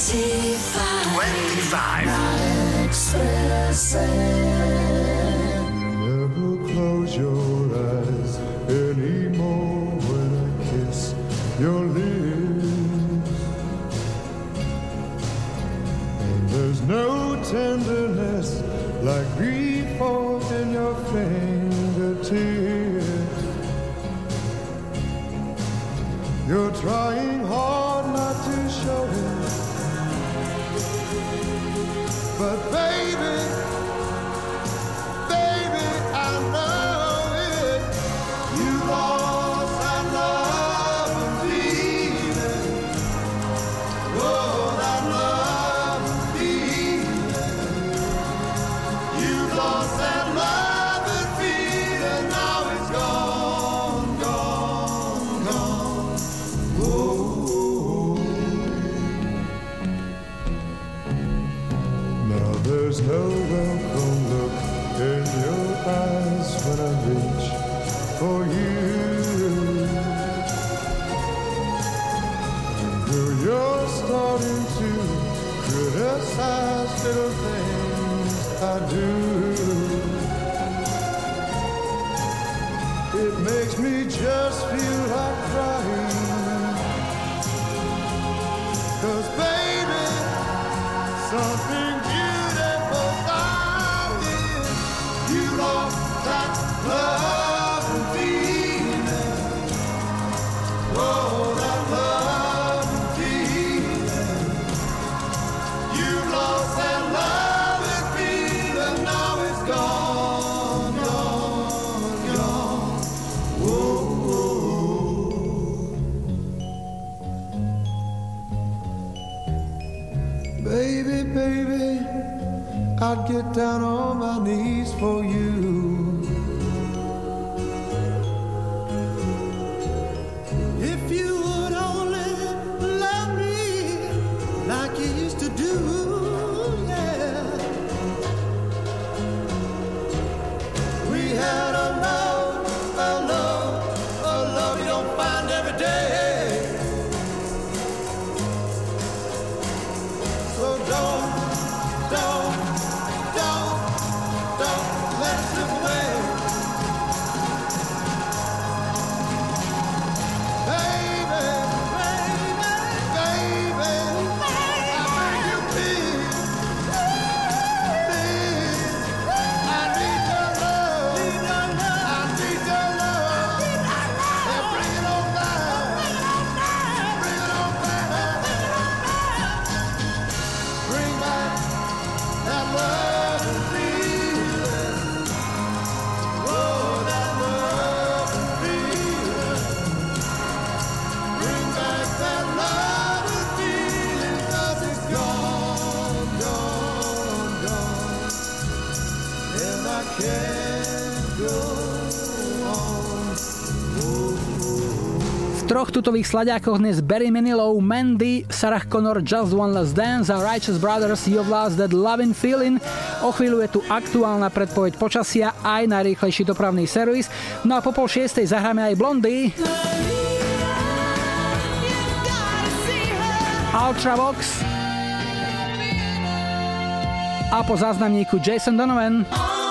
Never close your eyes anymore when I kiss your lips. And there's no tenderness like grief in your fingertips. You're trying hard not to show it, but baby, I know it. You lost that love and feeling. Oh, that love and feeling. You lost that love and feeling. Now it's gone, gone, gone. Oh. Now there's no welcome look in your eyes when I reach for you. And girl, you're starting to criticize little things I do. It makes me just feel like crying. 'Cause baby, something beautiful found it. You lost that love and feeling. Oh, that love and feeling. You lost that love and feeling. Now it's gone, gone, gone. Whoa. Baby, baby, I'd get down on my knees for you. If you would only love me like you used to do, yeah. We had a love you don't find every day. So don't let it slip away. Baby, I beg you please, I need your love, I need your love, and bring it on back, bring it on back, bring back that love and feeling. Oh, that love and feeling. Bring back that love and feeling, 'cause it's gone, gone, gone. And I can't go on. V troch tutových slaďákoch dnes Barry Manilow, Mandy, Sarah Connor, Just One Last Dance a Righteous Brothers, You've Lost That Lovin' Feeling. O chvíľu je tu aktuálna predpoveď počasia aj najrýchlejší dopravný servis. No a po 5:30 zahráme aj Blondy, Ultravox a po záznamníku Jason Donovan.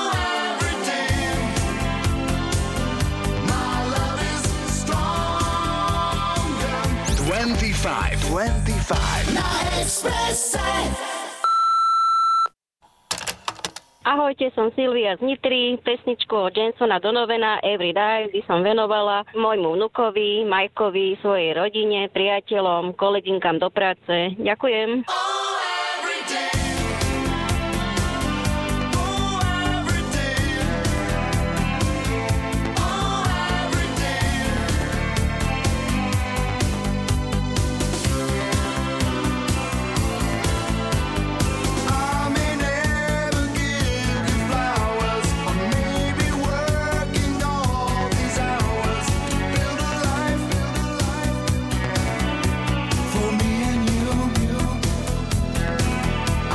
25 na Expresse. Ahojte, som Silvia z Nitry. Pesničku od Jasona Donovana Every Day by som venovala môjmu vnukovi, Majkovi, svojej rodine, priateľom, kolegynkám do práce. Ďakujem. For me and you,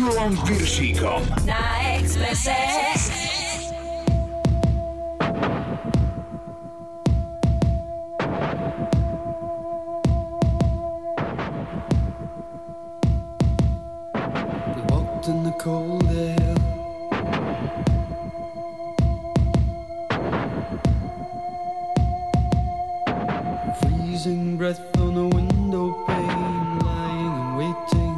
Julom Piršíkom na Expresse. We walked in the cold air, freezing breath on a window pane, lying and waiting.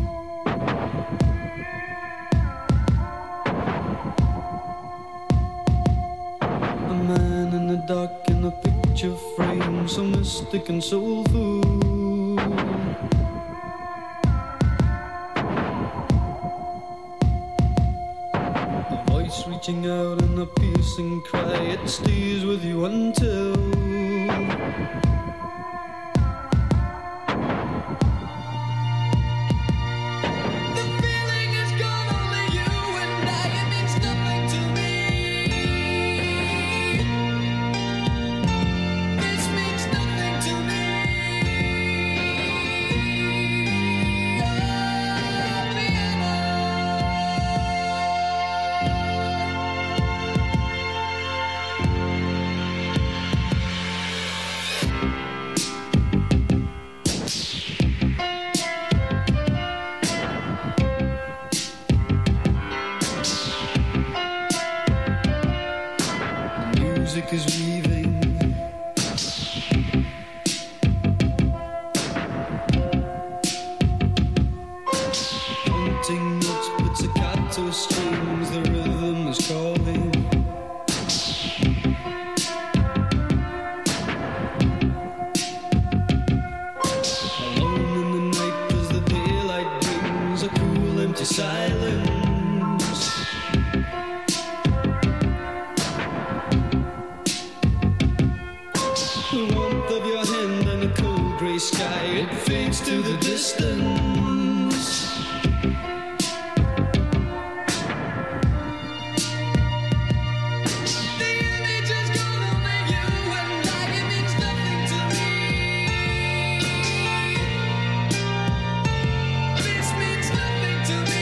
A man in the dark in a picture frame, so mystic and soulful. A voice reaching out in a piercing cry, it stays with you until is weaving. Haunting notes, pizzicato strings, the rhythm is calling. Alone in the night as the daylight brings a cool empty silence. Sky, it fades to the distance. The image is gone, only you and I, it means nothing to me. This means nothing to me.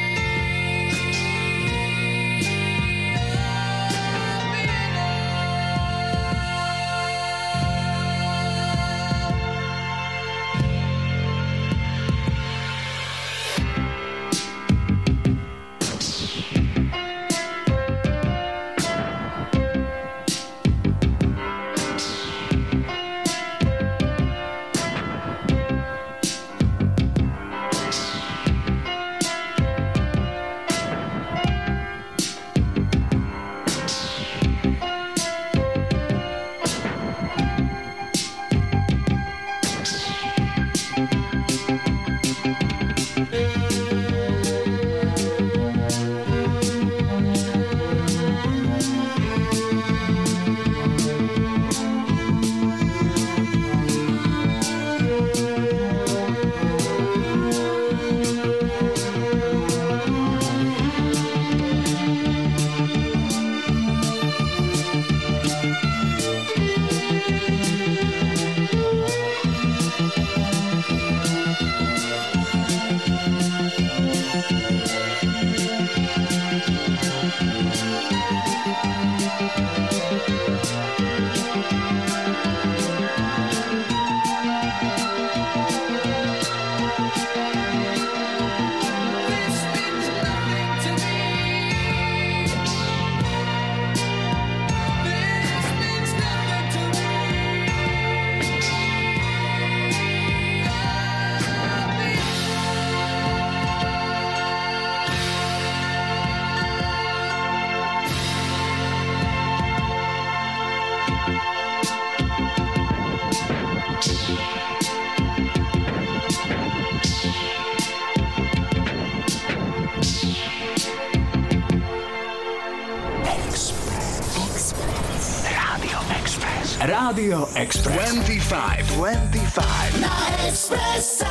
Rádio Express 25 na Expresse.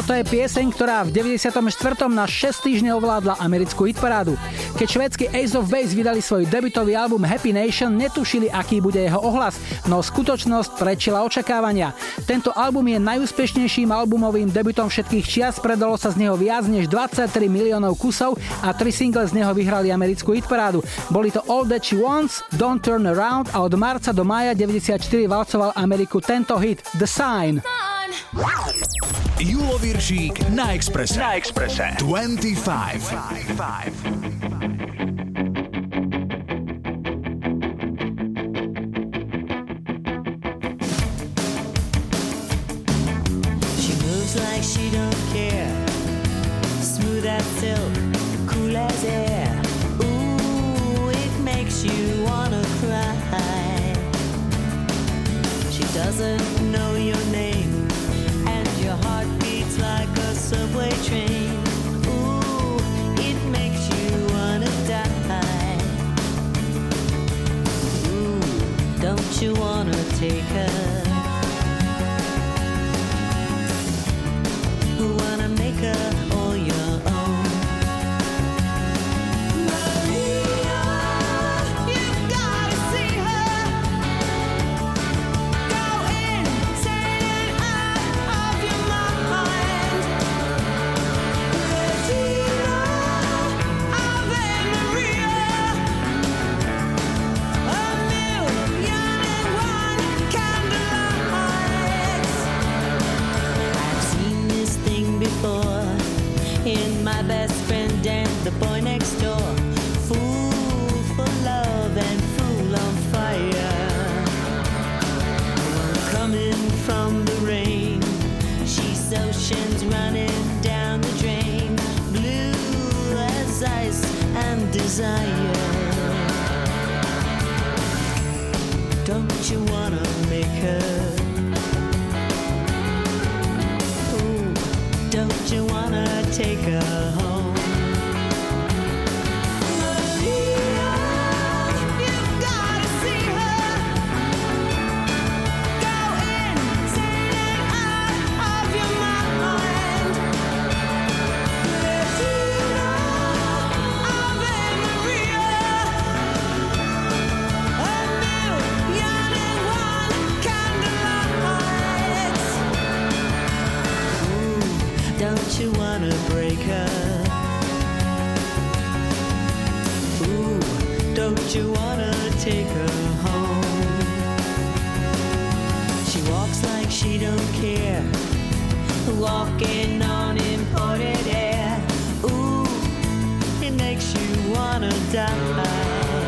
Toto je pieseň, ktorá v 94. na 6 týždňov ovládla americkú hitparádu. Keď švédsky Ace of Base vydali svoj debutový album Happy Nation, netušili, aký bude jeho ohlas, no skutočnosť predčila očakávania. Tento album je najúspešnejším albumovým debutom všetkých čias, predalo sa z neho viac než 23 miliónov kusov a 3 single z neho vyhrali americkú hitparádu. Boli to All That She Wants, Don't Turn Around a od marca do mája 94 valcoval Ameriku tento hit The Sign. Julo Viršík na Expresse. 25. Like she don't care, smooth as silk, cool as air. Ooh, it makes you wanna cry. She doesn't know your name, and your heart beats like a subway train. Ooh, it makes you wanna die. Ooh, don't you wanna take her? Wanna make her all your own. Maria, you've gotta see her. Go insane and out of your mind. Regina, Ave Maria. A million and one candlelights. I've seen this thing before in my best friend and the boy next door. Fool for love and fool on fire. Coming from the rain, she's oceans running down the drain. Blue as ice and desire. Don't you wanna make her? Don't you wanna take her home? Maria, you've gotta see her. Go insane and out of your mind. Regina, Ave Maria. A million and one candlelights. Don't you wanna break her? Ooh, don't you wanna take her home? She walks like she don't care, walking on imported air. Ooh, it makes you wanna die.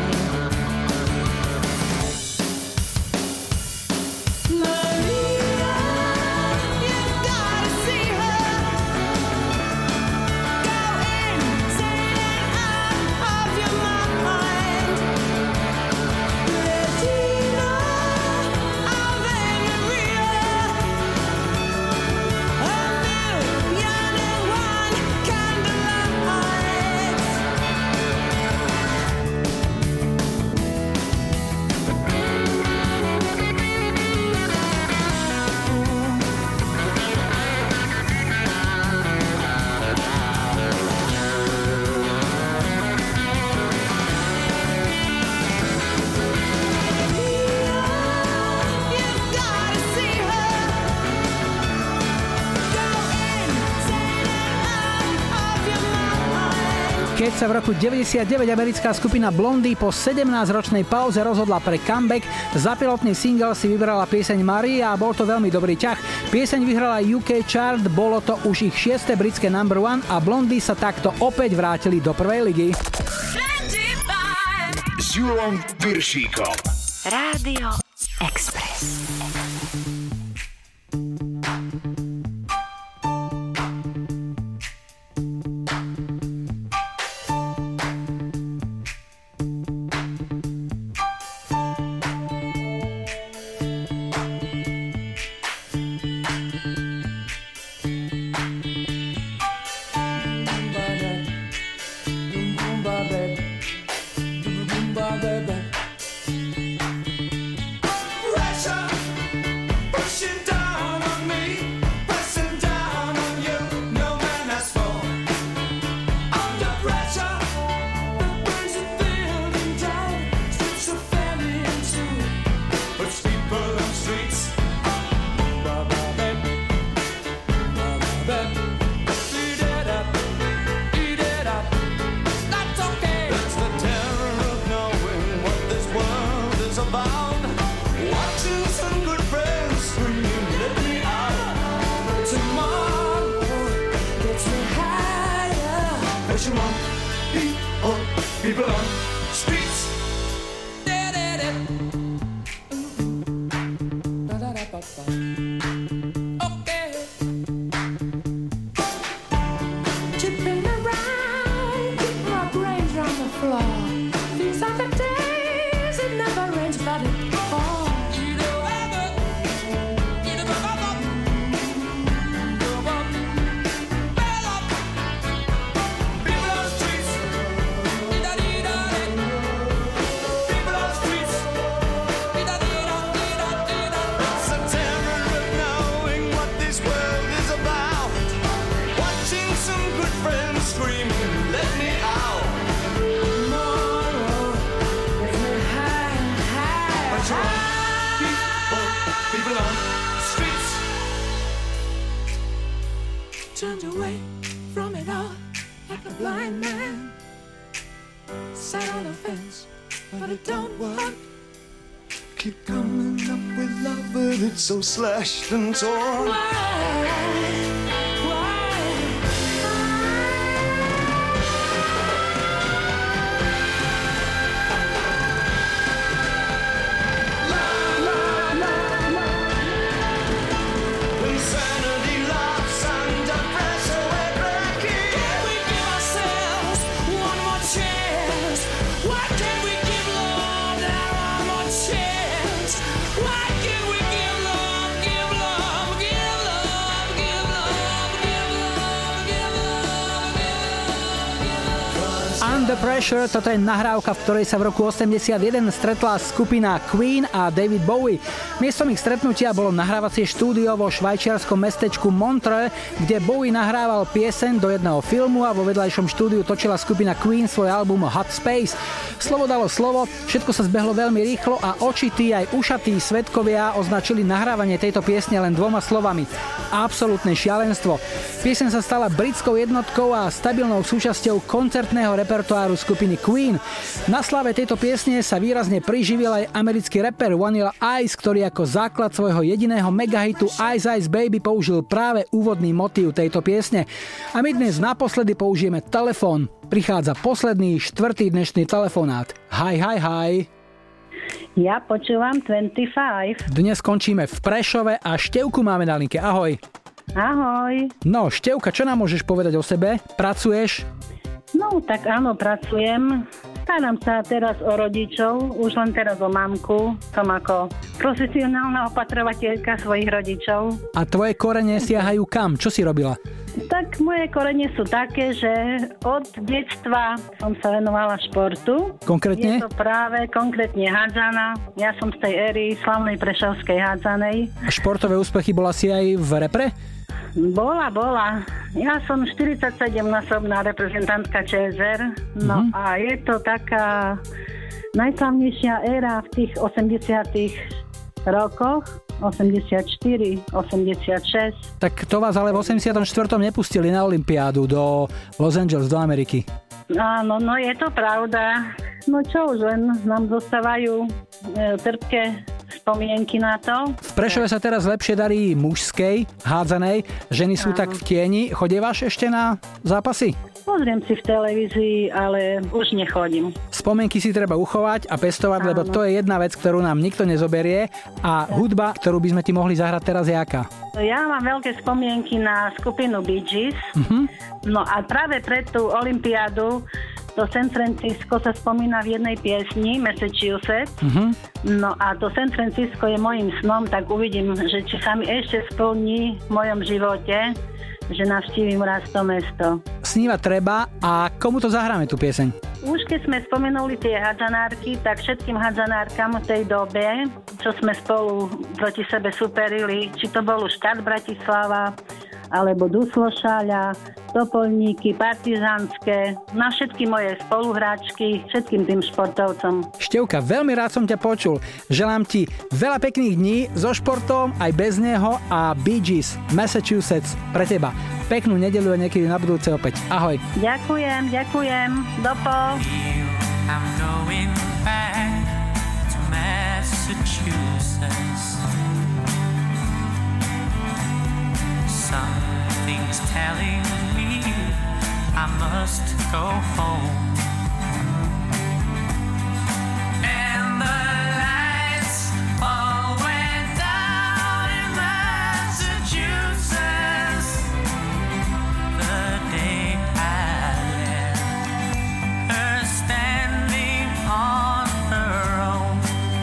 Keď sa v roku 99 americká skupina Blondie po 17-ročnej pauze rozhodla pre comeback, za pilotný single si vybrala pieseň Maria a bol to veľmi dobrý ťah. Pieseň vyhrala UK chart, bolo to už ich 6. britské number one a Blondie sa takto opäť vrátili do prvej ligy. S Julom Viršíkom. Rádio Express. Pressure. you want? People on streets. Okay. Tipping around, keep my brains on the floor. These are the days it never rains, but it pours. Turned away from it all like a blind man. Sat on a fence, but it don't work. Keep coming up with love, but it's so slashed and torn. Why? Under Pressure, toto je nahrávka, v ktorej sa v roku 81 stretla skupina Queen a David Bowie. Miestom ich stretnutia bolo nahrávacie štúdio vo švajčiarskom mestečku Montreux, kde Bowie nahrával pieseň do jedného filmu a vo vedľajšom štúdiu točila skupina Queen svoj album Hot Space. Slovo dalo slovo, všetko sa zbehlo veľmi rýchlo a očití aj ušatí svedkovia označili nahrávanie tejto piesne len dvoma slovami. Absolútne šialenstvo. Pieseň sa stala britskou jednotkou a stabilnou súčasťou koncertného repertoáru skupiny Queen. Na slave tejto piesne sa výrazne priživil aj americký rapper Vanilla Ice, ktorý ako základ svojho jediného megahitu Ice Ice Baby použil práve úvodný motív tejto piesne. A my dnes naposledy použijeme telefón. Prichádza posledný, štvrtý dnešný telefonát. Hi. Ja počúvam 25. Dnes skončíme v Prešove a Števku máme na linke. Ahoj. Ahoj. No, Števka, čo nám môžeš povedať o sebe? Pracuješ? No, tak áno, pracujem. Starám sa teraz o rodičov, už len teraz o mamku. Som ako profesionálna opatrovateľka svojich rodičov. A tvoje korene siahajú kam? Čo si robila? Tak moje korene sú také, že od detstva som sa venovala športu. Konkrétne? Je to práve konkrétne hádzana. Ja som z tej éry slavnej prešovskej hádzanej. A športové úspechy bola si aj v repre? Bola. Ja som 47-násobná reprezentantka ČSR. No a je to taká najslavnejšia éra v tých 80 rokoch. 84, 86. Tak to vás ale v 84. nepustili na olympiádu do Los Angeles, do Ameriky. Áno, no je to pravda. No čo už, len nám zostávajú trpké spomienky na to. V Prešove sa teraz lepšie darí mužskej, hádzanej. Ženy sú tak v tieni. Chodievaš ešte na zápasy? Pozriem si v televízii, ale už nechodím. Spomienky si treba uchovať a pestovať, lebo to je jedna vec, ktorú nám nikto nezoberie. A hudba, ktorú by sme ti mohli zahrať teraz, je aká? Ja mám veľké spomienky na skupinu Bee Gees. No a práve pre tú olympiádu to San Francisco sa spomína v jednej piesni, Massachusetts. No a to San Francisco je mojím snom, tak uvidím, že či sa mi ešte splní v mojom živote, že navštívim raz to mesto. Snívať treba. A komu to zahráme, tú pieseň? Už keď sme spomenuli tie hádzanárky, tak všetkým hádzanárkam v tej dobe, čo sme spolu proti sebe superili, či to bol Štát Bratislava, alebo Duslošáľa, Topolníky, Partizánske, na všetky moje spoluhráčky, všetkým tým športovcom. Števka, veľmi rád som ťa počul. Želám ti veľa pekných dní so športom, aj bez neho a Bee Gees, Massachusetts pre teba. Peknú nedeľu a niekedy na budúce opäť. Ahoj. Ďakujem. Dopo. I'm going back to Massachusetts. Something's telling me I must go home. And the lights all went down in Massachusetts the day I left her standing on her own,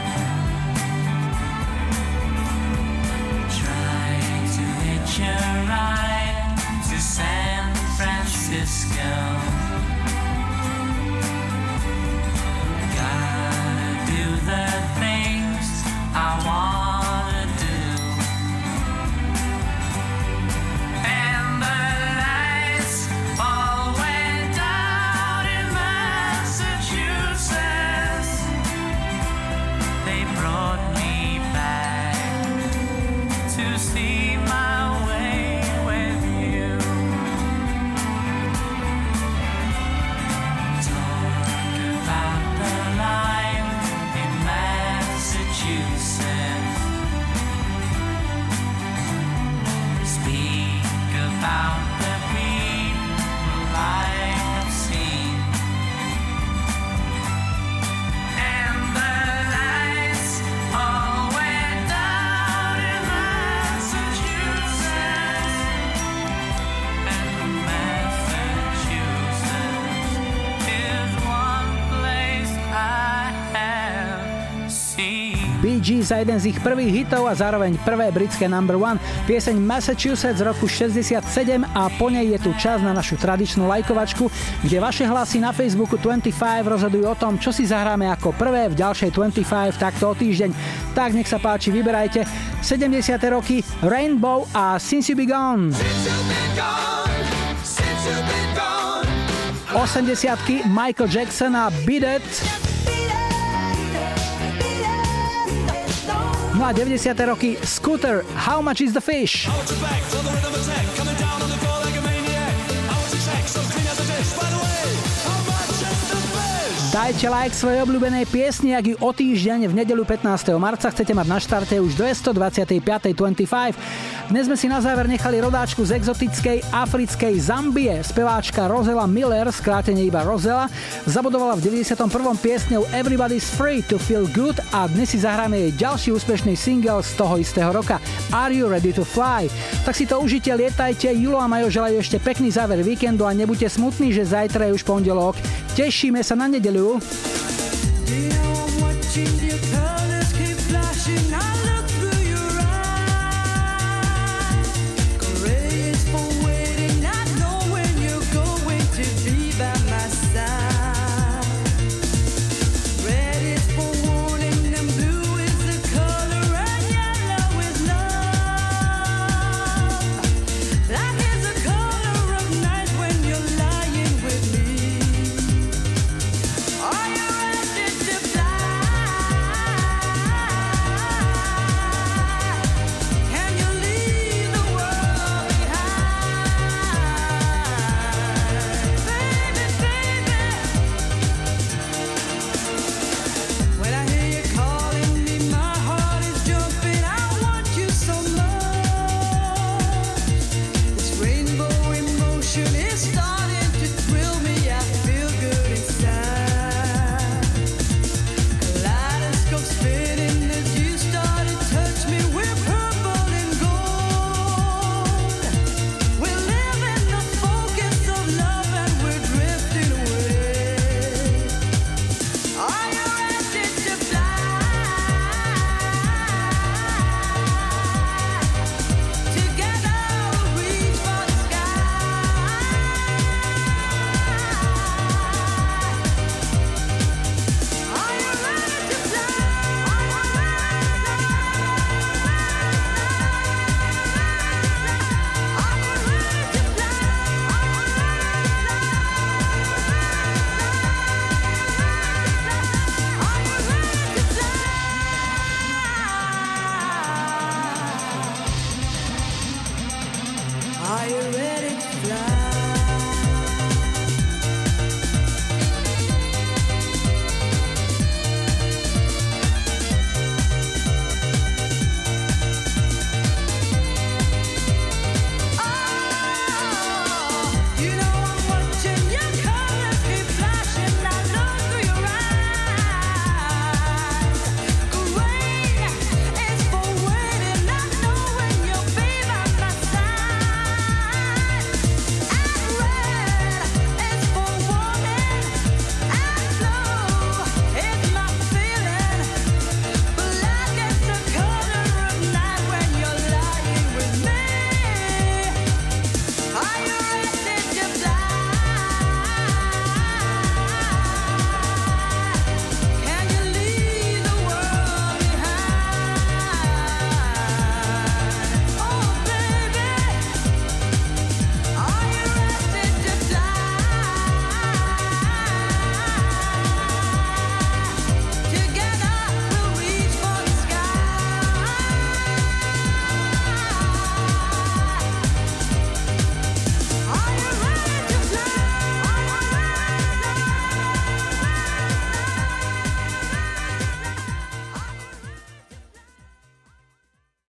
trying to hitch a ride to San Francisco. Gotta do the things I wanna do. And the lights all went out in Massachusetts. They brought me back to see my way with you. Talk about the life in Massachusetts. Speak about the people I've seen. And the lights all went down in Massachusetts. And Massachusetts is one place I have seen. Bee Gees za jeden z ich prvých hitov a zároveň prvé britské number one. Pieseň Massachusetts z roku 67 a po nej je tu čas na našu tradičnú lajkovačku, kde vaše hlasy na Facebooku 25 rozhodujú o tom, čo si zahráme ako prvé v ďalšej 25 takto o týždeň. Tak nech sa páči, vyberajte 70. roky Rainbow a Since You Be Gone. 80-ky Michael Jackson a Beat It. No a 90. roky Scooter, How Much Is The Fish? Dajte like svojej obľúbenej piesni, ak ju o týždeň v nedeľu 15. marca chcete mať na štarte už 225. 25. Dnes sme si na záver nechali rodáčku z exotickej africkej Zambie. Speváčka Rosella Miller, skrátene iba Rosella, zabudovala v 91. piesňou Everybody's Free to Feel Good a dnes si zahráme jej ďalší úspešný single z toho istého roka Are You Ready to Fly? Tak si to užite, lietajte, Julo a Majo želajú ešte pekný záver víkendu a nebuďte smutní, že zajtra je už pondelok. Tešíme sa na nedeľu. You know I'm watching your colors keep flashing. I